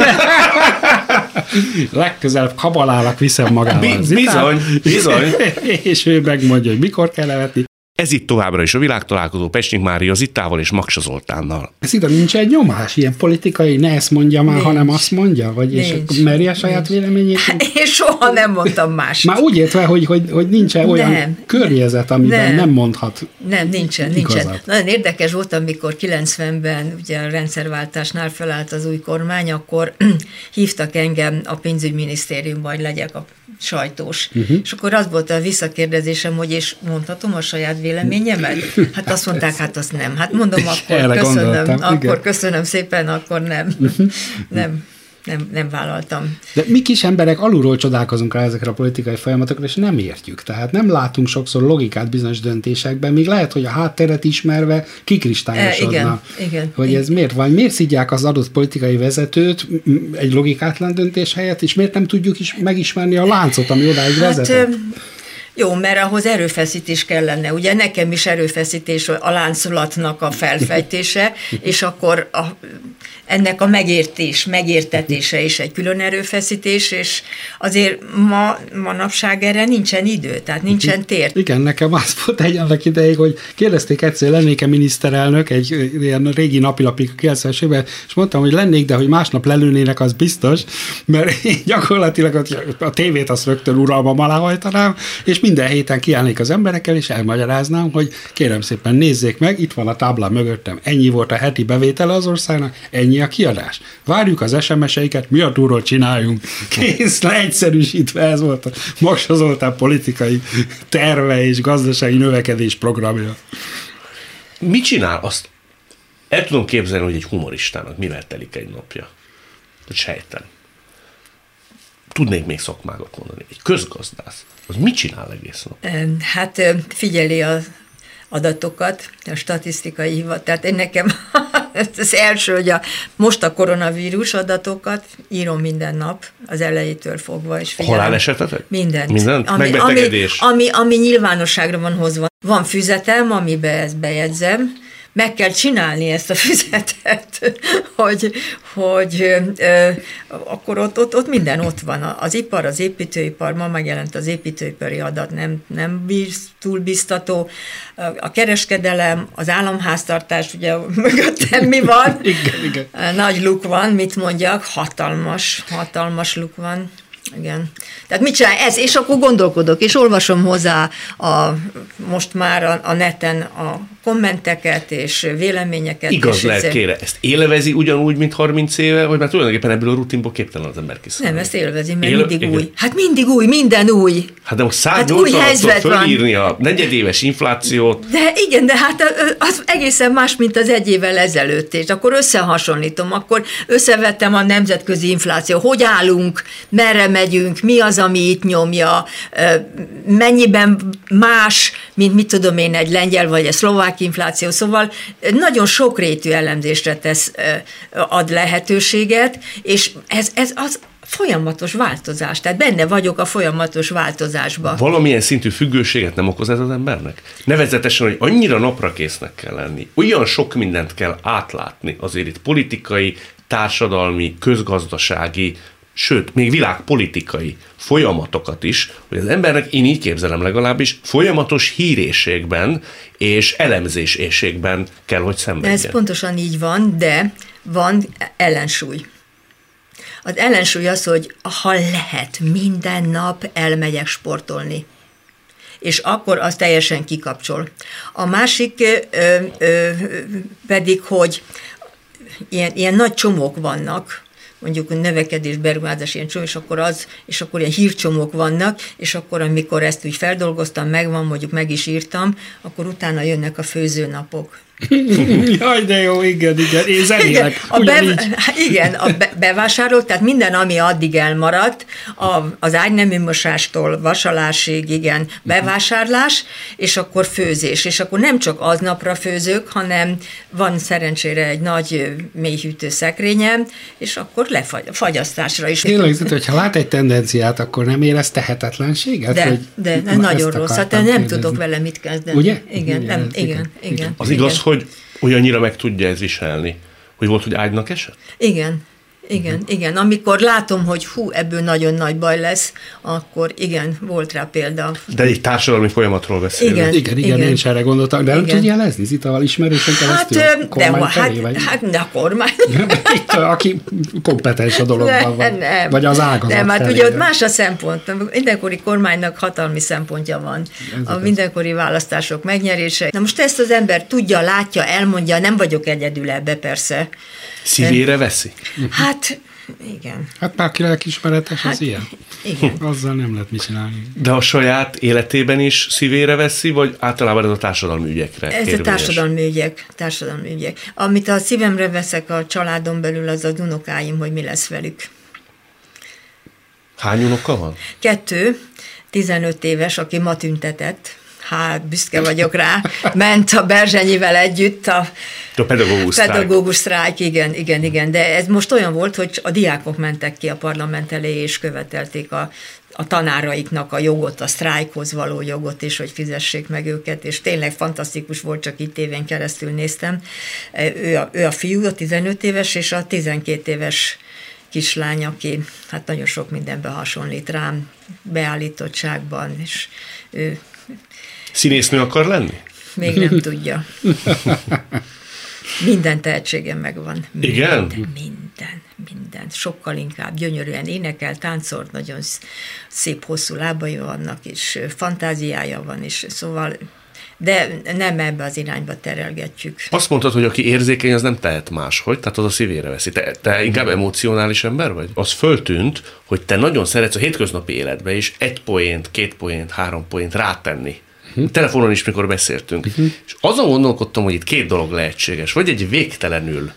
Legközelebb kabalálak, viszem magával. Bizony, bizony. És ő megmondja, hogy mikor kell levetni. Ez itt továbbra is a világtalálkozó Pesnyik Mária Zittával és Maksa Zoltánnal. Ez ide nincs egy nyomás, ilyen politikai, ne ezt mondja már, nincs. hanem azt mondja, vagy nincs. És akkor merje a saját nincs. véleményét? Én soha nem mondtam mást. Már úgy értve, hogy, hogy, hogy nincsen olyan nem. környezet, amiben nem, nem mondhat. Nem, nincsen, igazat. nincsen. Nagyon érdekes volt, amikor kilencvenben ugye a rendszerváltásnál felállt az új kormány, akkor hívtak engem a pénzügyminisztériumban, hogy legyek a sajtós. Uh-huh. És akkor az volt a visszakérdezésem, hogy és mondhatom a saját véleményemet? Hát azt mondták, hát azt nem. Hát mondom, akkor köszönöm, akkor köszönöm szépen, akkor nem. Uh-huh. nem. Nem, nem vállaltam. De mi kis emberek alulról csodálkozunk rá ezekre a politikai folyamatokra, és nem értjük. Tehát nem látunk sokszor logikát bizonyos döntésekben, még lehet, hogy a hátteret ismerve kikristályosodna. E, igen, igen. Hogy ez miért van? Miért szidják az adott politikai vezetőt egy logikátlan döntés helyett, és miért nem tudjuk is megismerni a láncot, ami odáig hát, vezetett? Jó, mert ahhoz erőfeszítés kellene. Ugye nekem is erőfeszítés a láncolatnak a felfejtése, és akkor a, ennek a megértés, megértetése is egy külön erőfeszítés, és azért ma, manapság erre nincsen idő, tehát nincsen tér. Igen, nekem az volt egy annak idejéig, hogy kérdezték egyszer, lennék-e miniszterelnök, egy ilyen régi napilapig a kilencvenes évben, és mondtam, hogy lennék, de hogy másnap lelőnének, az biztos, mert én gyakorlatilag a, a tévét azt rögtön uralmam alá hajtanám, és minden héten kiállnék az emberekkel, és elmagyaráznám, hogy kérem szépen nézzék meg, itt van a táblán mögöttem, ennyi volt a heti bevétele az országnak, ennyi a kiadás. Várjuk az es em es-eiket, mi a túról csináljunk. Kész, leegyszerűsítve ez volt a Maksa Zoltán politikai terve és gazdasági növekedés programja. Mit csinál? Azt el tudom képzelni, hogy egy humoristának mivel telik egy napja. Hogy sejtem. Tudnék még szakmákat mondani. Egy közgazdász, az mit csinál egész nap? Hát figyeli az adatokat, a statisztikai hivat. Tehát én nekem az első, hogy a, most a koronavírus adatokat írom minden nap, az elejétől fogva. És figyelem. Halálesetetek? Mindent. Mindent? Ami, Megbetegedés? Ami, ami, ami nyilvánosságra van hozva. Van füzetem, amiben ezt bejegyzem, meg kell csinálni ezt a füzetet, hogy, hogy ö, akkor ott, ott, ott minden ott van. Az ipar, az építőipar, ma megjelent az építőipari adat, nem, nem bíz, túl biztató. A kereskedelem, az államháztartás, ugye mögöttem mi van? Igen, igen. Nagy luk van, mit mondjak, hatalmas, hatalmas luk van. Igen. Tehát mit csinál ez? És akkor gondolkodok, és olvasom hozzá a, most már a, a neten a kommenteket és véleményeket. Igaz és lehet, kére. Ezt élvezi ugyanúgy, mint harminc éve, vagy már tulajdonképpen ebből a rutinból képtelen az ember kiszállni? Nem, ezt élvezi, mert Él... mindig igen. új. Hát mindig új, minden új. Hát de most száznyolcvanszor hát fölírni a negyedéves inflációt. De igen, de hát az egészen más, mint az egy évvel ezelőtt, és akkor összehasonlítom, akkor összevettem a nemzetközi infláció, hogy állunk, merre megyünk, mi az, ami itt nyomja, mennyiben más, mint mit tudom én, egy lengyel vagy egy szlovák infláció, szóval nagyon sokrétű elemzésre tesz, ad lehetőséget, és ez, ez az folyamatos változás, tehát benne vagyok a folyamatos változásban. Valamilyen szintű függőséget nem okoz ez az embernek? Nevezetesen, hogy annyira naprakésznek kell lenni, olyan sok mindent kell átlátni azért itt politikai, társadalmi, közgazdasági, sőt, még világpolitikai folyamatokat is, hogy az embernek, én így képzelem legalábbis, folyamatos hírészségben és elemzésészségben kell, hogy szenvedjen. Ez pontosan így van, de van ellensúly. Az ellensúly az, hogy ha lehet, minden nap elmegyek sportolni. És akkor az teljesen kikapcsol. A másik ö, ö, pedig, hogy ilyen, ilyen nagy csomók vannak, mondjuk növekedés, beruházás, ilyen csomó, és akkor az, és akkor ilyen hírcsomók vannak, és akkor amikor ezt úgy feldolgoztam, megvan, mondjuk meg is írtam, akkor utána jönnek a főzőnapok. Jaj, de jó, igen, igen, én zenélek. Igen, a, be, igen, a be, bevásárlók, tehát minden, ami addig elmaradt, a, az ágynemű mosástól vasalásig, igen, bevásárlás, és akkor főzés. És akkor nem csak aznapra főzök, hanem van szerencsére egy nagy mélyhűtő szekrényem, és akkor lefagyasztásra is. Tényleg, hogyha lát egy tendenciát, akkor nem érez tehetetlenséget? De, hogy de nagyon rossz, hát nem kérdezni. Tudok vele mit kezdeni. Ugye? Igen, igen, nem, igen, igen, igen. Az igen. igaz, hogy olyannyira meg tudja ez viselni, hogy volt, hogy ágynak esett? Igen. Igen, uh-huh. igen. Amikor látom, hogy hú, ebből nagyon nagy baj lesz, akkor igen, volt rá példa. De egy társadalmi folyamatról beszélünk. Igen, igen, igen, igen, én is erre gondoltam. De igen. Nem tudja jelezni Zitával ismerősen keresztül? Hát, de, hát, hát, de a kormány. Itt, aki kompetens a dologban van. Nem, vagy az ágazat. Nem, hát ugye ott más a szempont. Mindenkori kormánynak hatalmi szempontja van. Ez a mindenkori választások megnyerése. Na most ezt az ember tudja, látja, elmondja, nem vagyok egyedül ebbe persze. Szívére veszi? Hát, igen. Hát bárki lelkiismeretes, hát, az ilyen. Igen. Azzal nem lehet mit csinálni. De a saját életében is szívére veszi, vagy általában ez a társadalmi ügyekre Ez érvényes? a társadalmi ügyek, társadalmi ügyek. Amit a szívemre veszek a családon belül, az az unokáim, hogy mi lesz velük. Hány unoka van? Kettő, tizenöt éves, aki ma tüntetett. Hát, büszke vagyok rá. Ment a Berzsenyivel együtt a, a pedagógus sztrájk. Pedagógus sztrájk, igen, igen, igen. De ez most olyan volt, hogy a diákok mentek ki a parlament elé, és követelték a, a tanáraiknak a jogot, a sztrájkhoz való jogot, és hogy fizessék meg őket, és tényleg fantasztikus volt, csak itt éven keresztül néztem. Ő a, ő a fiú, a tizenöt éves, és a tizenkét éves kislány, aki hát nagyon sok mindenben hasonlít rám, beállítottságban, és ő színésznő akar lenni? Még nem tudja. Minden tehetségem megvan. Minden, igen? Minden, minden. Sokkal inkább gyönyörűen énekel, táncol, nagyon szép hosszú lábai vannak, és fantáziája van, és szóval, de nem ebbe az irányba terelgetjük. Azt mondtad, hogy aki érzékeny, az nem tehet máshogy, tehát az a szívére veszi. Te, te inkább emocionális ember vagy? Az föltűnt, hogy te nagyon szeretsz a hétköznapi életbe is egy poént, két poént, három poént rátenni. Uh-huh. Telefonon is, mikor beszéltünk. Uh-huh. És azon gondolkodtam, hogy itt két dolog lehetséges. Vagy egy végtelenül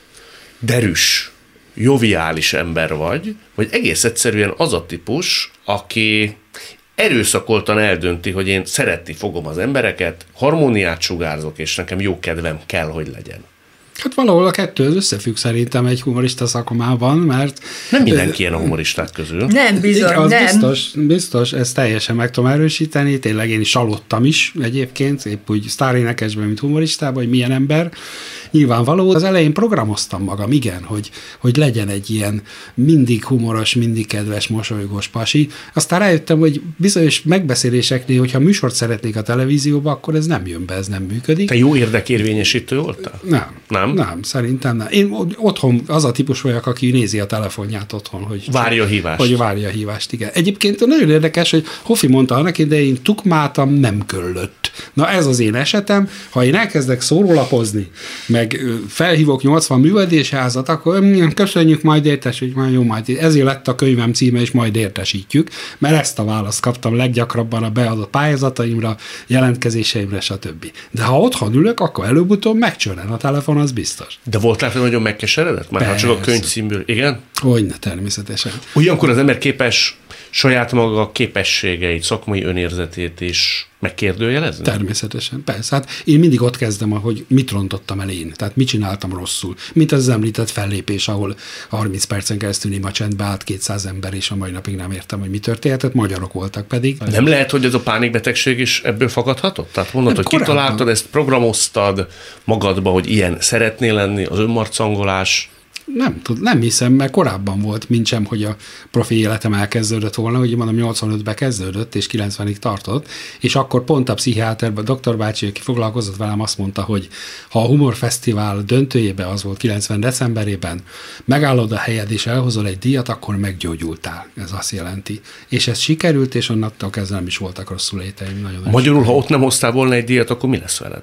derűs, joviális ember vagy, vagy egész egyszerűen az a típus, aki erőszakoltan eldönti, hogy én szeretni fogom az embereket, harmóniát sugárzok, és nekem jó kedvem kell, hogy legyen. Hát valahol a kettő összefügg szerintem egy humorista szakmában, mert... Nem mindenki ilyen a humoristák közül. Nem, bizony, igen, az nem. Biztos, biztos, ezt teljesen meg tudom erősíteni, tényleg én is csalódtam is egyébként, épp úgy sztárénekesben, mint humoristában, hogy milyen ember. Nyilvánvaló, az elején programoztam magam, igen, hogy, hogy legyen egy ilyen mindig humoros, mindig kedves, mosolygós pasi. Aztán rájöttem, hogy bizonyos megbeszéléseknél, hogyha műsort szeretnék a televízióba, akkor ez nem jön be, ez nem működik. Te jó érdekérvényesítő voltál? Nem. Nem? Nem, szerintem nem. Én otthon az a típus vagyok, aki nézi a telefonját otthon, hogy várja a hívást. Hogy várja a hívást, igen. Egyébként nagyon érdekes, hogy Hofi mondta annak idején, tukmáltam, nem köllött. Na ez az én esetem, ha én elkezdek szórólapozni, meg felhívok nyolcvan művelődésházat, akkor köszönjük, majd értesítjük, majd jó, majd ezért lett a könyvem címe, és majd értesítjük, mert ezt a választ kaptam leggyakrabban a beadott pályázataimra, jelentkezéseimre, stb. De ha otthon ülök, akkor előbb-utóbb megcsörren a telefon, az biztos. De voltál te nagyon megkeseredett? Már ha csak a könyvcímből, igen? Hogyne, természetesen. Olyankor az ember képes saját maga képességeit, szakmai önérzetét is megkérdőjelezni? Természetesen, persze. Hát én mindig ott kezdem, hogy mit rontottam el én, tehát mit csináltam rosszul. Mint az említett fellépés, ahol harminc percen keresztül néma csendbe állt kétszáz ember, és a mai napig nem értem, hogy mi történt, magyarok voltak pedig. Nem lehet, hogy ez a pánikbetegség is ebből fakadhatott? Tehát mondod, nem, hogy korábban kitaláltad, ezt programoztad magadba, hogy ilyen szeretnél lenni, az önmarcangolás. Nem, nem hiszem, mert korábban volt, mint sem, hogy a profi életem elkezdődött volna, hogy mondom, nyolcvanötben kezdődött, és kilencvenig tartott, és akkor pont a pszichiáter, a doktor bácsi, aki foglalkozott velem, azt mondta, hogy ha a humorfesztivál döntőjében, az volt kilencven decemberében, megállod a helyed és elhozol egy díjat, akkor meggyógyultál. Ez azt jelenti. És ez sikerült, és onnantól kezdve nem is voltak rosszul léteim. Nagyon Magyarul, ha ott nem hoztál volna egy díjat, akkor mi lesz veled?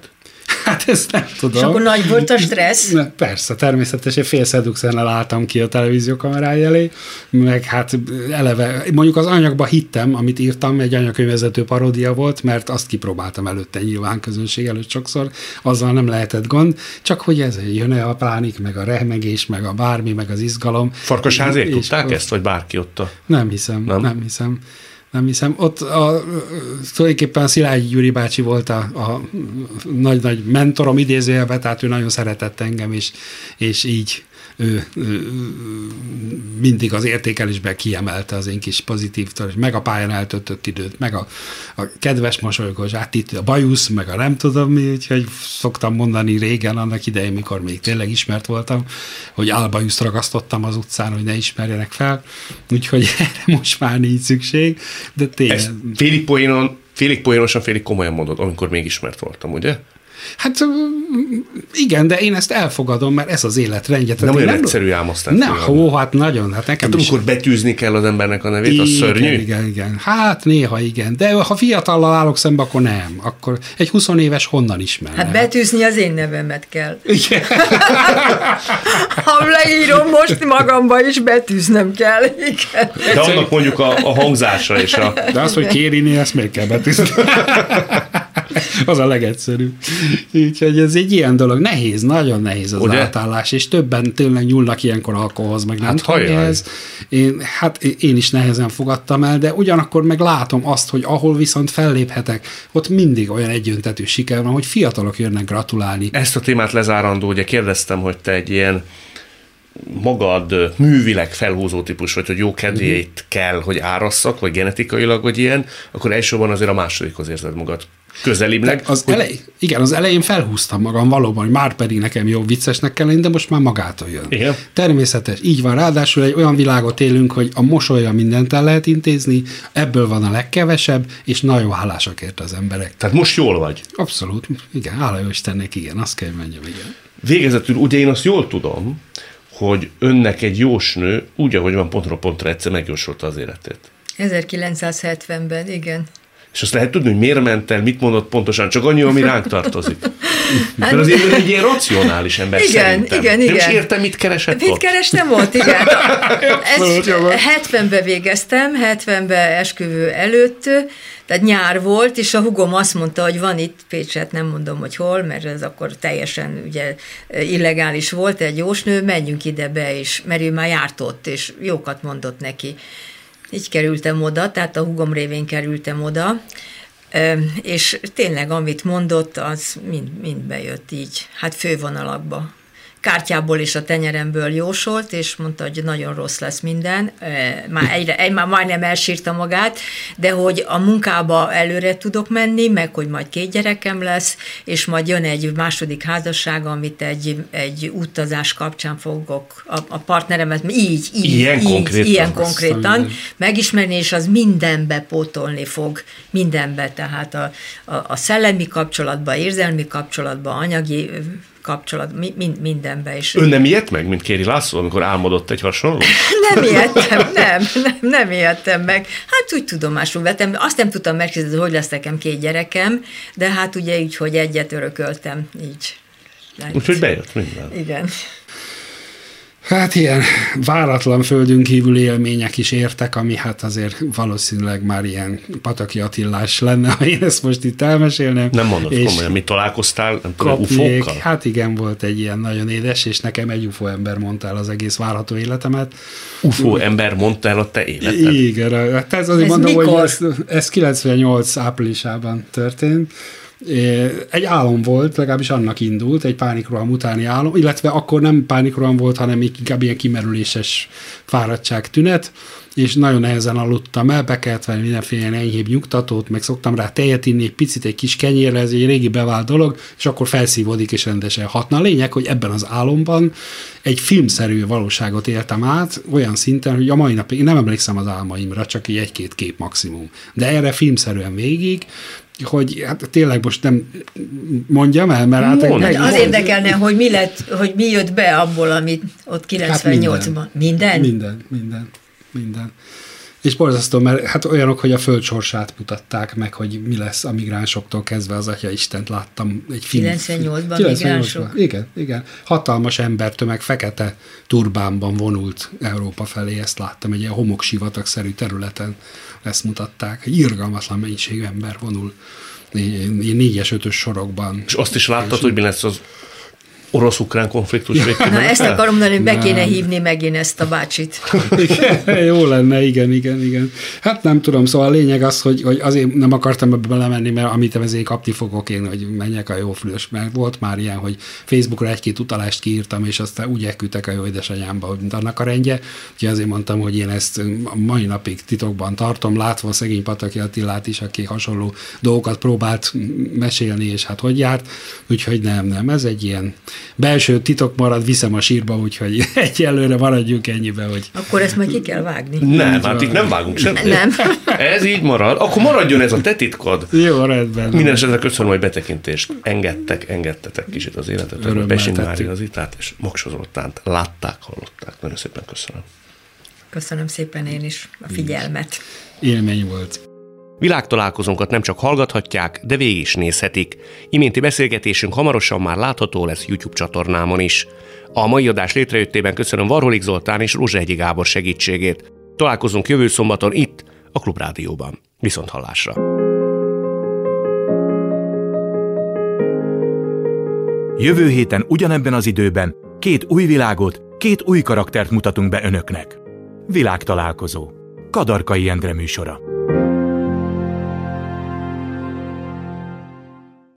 Hát ezt nem tudom. És akkor nagy volt a stressz? Persze, természetesen fél Seduxennel álltam ki a televízió kamerája elé, meg hát eleve, mondjuk az anyagba hittem, amit írtam, egy anyakönyvvezető paródia volt, mert azt kipróbáltam előtte nyilván közönség előtt sokszor, azzal nem lehetett gond, csak hogy ez jön-e a pánik, meg a remegés, meg a bármi, meg az izgalom. Farkasházék tudták és ezt, vagy bárki ott a... Nem hiszem, nem, nem hiszem. Nem hiszem. Ott a, tulajdonképpen Szilágyi Gyuri bácsi volt a, a nagy-nagy mentorom idézőjelbe, tehát ő nagyon szeretett engem, és, és így ő, ő mindig az értékelésben kiemelte az én kis pozitívtól, és meg a pályán eltöltött időt, meg a, a kedves mosolygós átítő, a bajusz, meg a nem tudom mi, úgyhogy szoktam mondani régen, annak idején, mikor még tényleg ismert voltam, hogy álbajuszt ragasztottam az utcán, hogy ne ismerjenek fel, úgyhogy erre most már nincs szükség, de tényleg. Ezt félig poénon, félig poénosan, félig komolyan mondod, amikor még ismert voltam, ugye? Hát igen, de én ezt elfogadom, mert ez az életrendje. Nem olyan egyszerű ám aztán. Nem, hó, hát nagyon. Hát nekem hát is. amikor betűzni kell az embernek a nevét, az igen, szörnyű? Igen, igen. Hát néha igen. De ha fiatallal állok szembe, akkor nem. Akkor egy húsz éves honnan ismer? Hát betűzni az én nevemet kell. Igen. Ha leírom most magamba is, betűznem kell. Igen. De annak mondjuk a, a hangzása és a... De az, hogy Kériné, ezt még kell betűzni. Az a legegyszerűbb. Úgyhogy ez egy ilyen dolog. Nehéz, nagyon nehéz az ugye? átállás, és többen tényleg nyúlnak ilyenkor alkoholhoz, meg nem hát tudom mihez. Én, hát én is nehezen fogadtam el, de ugyanakkor meg látom azt, hogy ahol viszont felléphetek, ott mindig olyan egyöntetű siker van, hogy fiatalok jönnek gratulálni. Ezt a témát lezárandó, ugye kérdeztem, hogy te egy ilyen magad művileg felhúzó típus vagy, hogy jó kedvélyét kell, hogy árasszak, vagy genetikailag, vagy ilyen, akkor elsősorban azért a másodikhoz érzed magad közelibbnek. Az hogy... elej, igen, az elején felhúztam magam valóban, hogy már pedig nekem jó viccesnek kell lenni, de most már magától jön. Igen. Természetes, így van. Ráadásul egy olyan világot élünk, hogy a mosolya mindent el lehet intézni, ebből van a legkevesebb, és nagyon hálásak érte az emberek. Tehát most jól vagy? Abszolút, igen, hála jó Istennek, igen, azt kell, hogy mondjam, igen. Végezetül, ugye én azt jól tudom, hogy önnek egy jósnő úgy, ahogy van pontról pontra egyszer megjósolta az életét. ezerkilencszázhetvenben, igen. És azt lehet tudni, hogy miért ment el, mit mondott pontosan, csak annyi, ami ránk tartozik. Mert azért ön egy ilyen racionális ember igen, szerintem. Igen, Nem igen. is értem, mit keresett mit ott. Mit kerestem ott, igen. hetvenben végeztem, hetvenben esküvő előtt, tehát nyár volt, és a hugom azt mondta, hogy van itt Pécset, nem mondom, hogy hol, mert ez akkor teljesen ugye illegális volt, egy jósnő, menjünk ide be, és, mert ő már járt ott, és jókat mondott neki. Így kerültem oda, tehát a hugom révén kerültem oda, és tényleg, amit mondott, az mind, mind bejött így, hát fővonalakba. Kártyából és a tenyeremből jósolt, és mondta, hogy nagyon rossz lesz minden. Már, egyre, egy, már majdnem elsírta magát, de hogy a munkába előre tudok menni, meg hogy majd két gyerekem lesz, és majd jön egy második házasság, amit egy, egy utazás kapcsán fogok a, a partneremet így, így, ilyen így, konkrétan, ilyen konkrétan megismerni, és az mindenbe pótolni fog. Mindenbe, tehát a, a, a szellemi kapcsolatba, érzelmi kapcsolatba, anyagi kapcsolat, mind, mindenben is. Ön nem ijedt meg, mint Kéri László, amikor álmodott egy hasonló? Nem ijedtem, nem, nem, nem ijedtem meg. Hát úgy tudomásul vettem, azt nem tudtam megkérdezni, hogy lesz nekem két gyerekem, de hát ugye így, hogy egyet örököltem, így. Úgyhogy bejött minden. Igen. Hát ilyen váratlan földön kívüli élmények is értek, ami hát azért valószínűleg már ilyen Pataki Attilás lenne, ha én ezt most itt elmesélném. Nem mondod komolyan, mit találkoztál, nem tudom, ufókkal? Hát igen, volt egy ilyen nagyon édes, és nekem egy ufó ember mondta el az egész várható életemet. Ufó ember mondta el a te életed? Igen, hát ez azért ez mondom, mikor? hogy ez, ez kilencvennyolc áprilisában történt. Egy álom volt, legalábbis annak indult, egy pánikroham utáni álom, illetve akkor nem pánikroham volt, hanem inkább ilyen kimerüléses fáradtság tünet, és nagyon nehezen aludtam el, be kellett venni mindenféle ilyen enyhébb nyugtatót, meg szoktam rá tejet inni, egy picit egy kis kenyérre, ez egy régi bevált dolog, és akkor felszívódik és rendesen hatna. A lényeg, hogy ebben az álomban egy filmszerű valóságot éltem át, olyan szinten, hogy a mai napig nem emlékszem az álmaimra, csak így egy-két kép maximum. De erre filmszerűen végig, hogy hát tényleg most nem mondjam el, mert hát... Mond, az érdekelne, hogy mi lett, hogy mi jött be abból, amit ott kilencvennyolcban. Hát minden. Minden? Minden, minden, minden. És borzasztó, mert hát olyanok, hogy a föld sorsát mutatták meg, hogy mi lesz a migránsoktól kezdve, az Atya Istent láttam egy film. kilencvennyolcban migránsok? Igen, igen. Hatalmas embertömeg fekete turbánban vonult Európa felé, ezt láttam, egy ilyen homoksivatagszerű területen ezt mutatták. Irgalmatlan mennyiségű ember vonul ilyen négyes, ötös sorokban. És azt is láttad, és hogy mi lesz az orosz-ukrán konfliktus végén? Na, ezt akarom mondani, hogy be kéne hívni megint ezt a bácsit. Igen, jó lenne, igen, igen, igen. Hát nem tudom, szóval a lényeg az, hogy, hogy azért nem akartam ebbe belemenni, mert amit ezért kapni fogok én, hogy menjek a jó fülös, mert volt már ilyen, hogy Facebookra egy-két utalást kiírtam, és aztán úgy elküldtek a jó édesanyámba, hogy mint annak a rendje. Úgyhogy azért mondtam, hogy én ezt a mai napig titokban tartom, látva szegény Pataki Attilát is, aki hasonló dolgokat próbált mesélni, és hát hogy járt. Úgyhogy nem, nem, ez egy ilyen belső titok marad, viszem a sírba, úgyhogy egyelőre maradjunk ennyibe, hogy... Akkor ezt meg ki kell vágni. Nem, hát itt nem vágunk semmit. Nem. Ez így marad. Akkor maradjon ez a te titkod. Jó, rendben. Minden esetre köszönöm, hogy betekintést engedtek, engedtetek kicsit az életet. Pesing Mária Zitát és Moksa Zoltánt látták, hallották. Nagyon szépen köszönöm. Köszönöm szépen én is a figyelmet. Élmény volt. Világtalálkozónkat nem csak hallgathatják, de végig is nézhetik. Iménti beszélgetésünk hamarosan már látható lesz YouTube csatornámon is. A mai adás létrejöttében köszönöm Varholik Zoltán és Rózsahegyi Gábor segítségét. Találkozunk jövő szombaton itt, a Klubrádióban. Viszonthallásra! Jövő héten ugyanebben az időben két új világot, két új karaktert mutatunk be önöknek. Világtalálkozó. Kadarkai Endre műsora.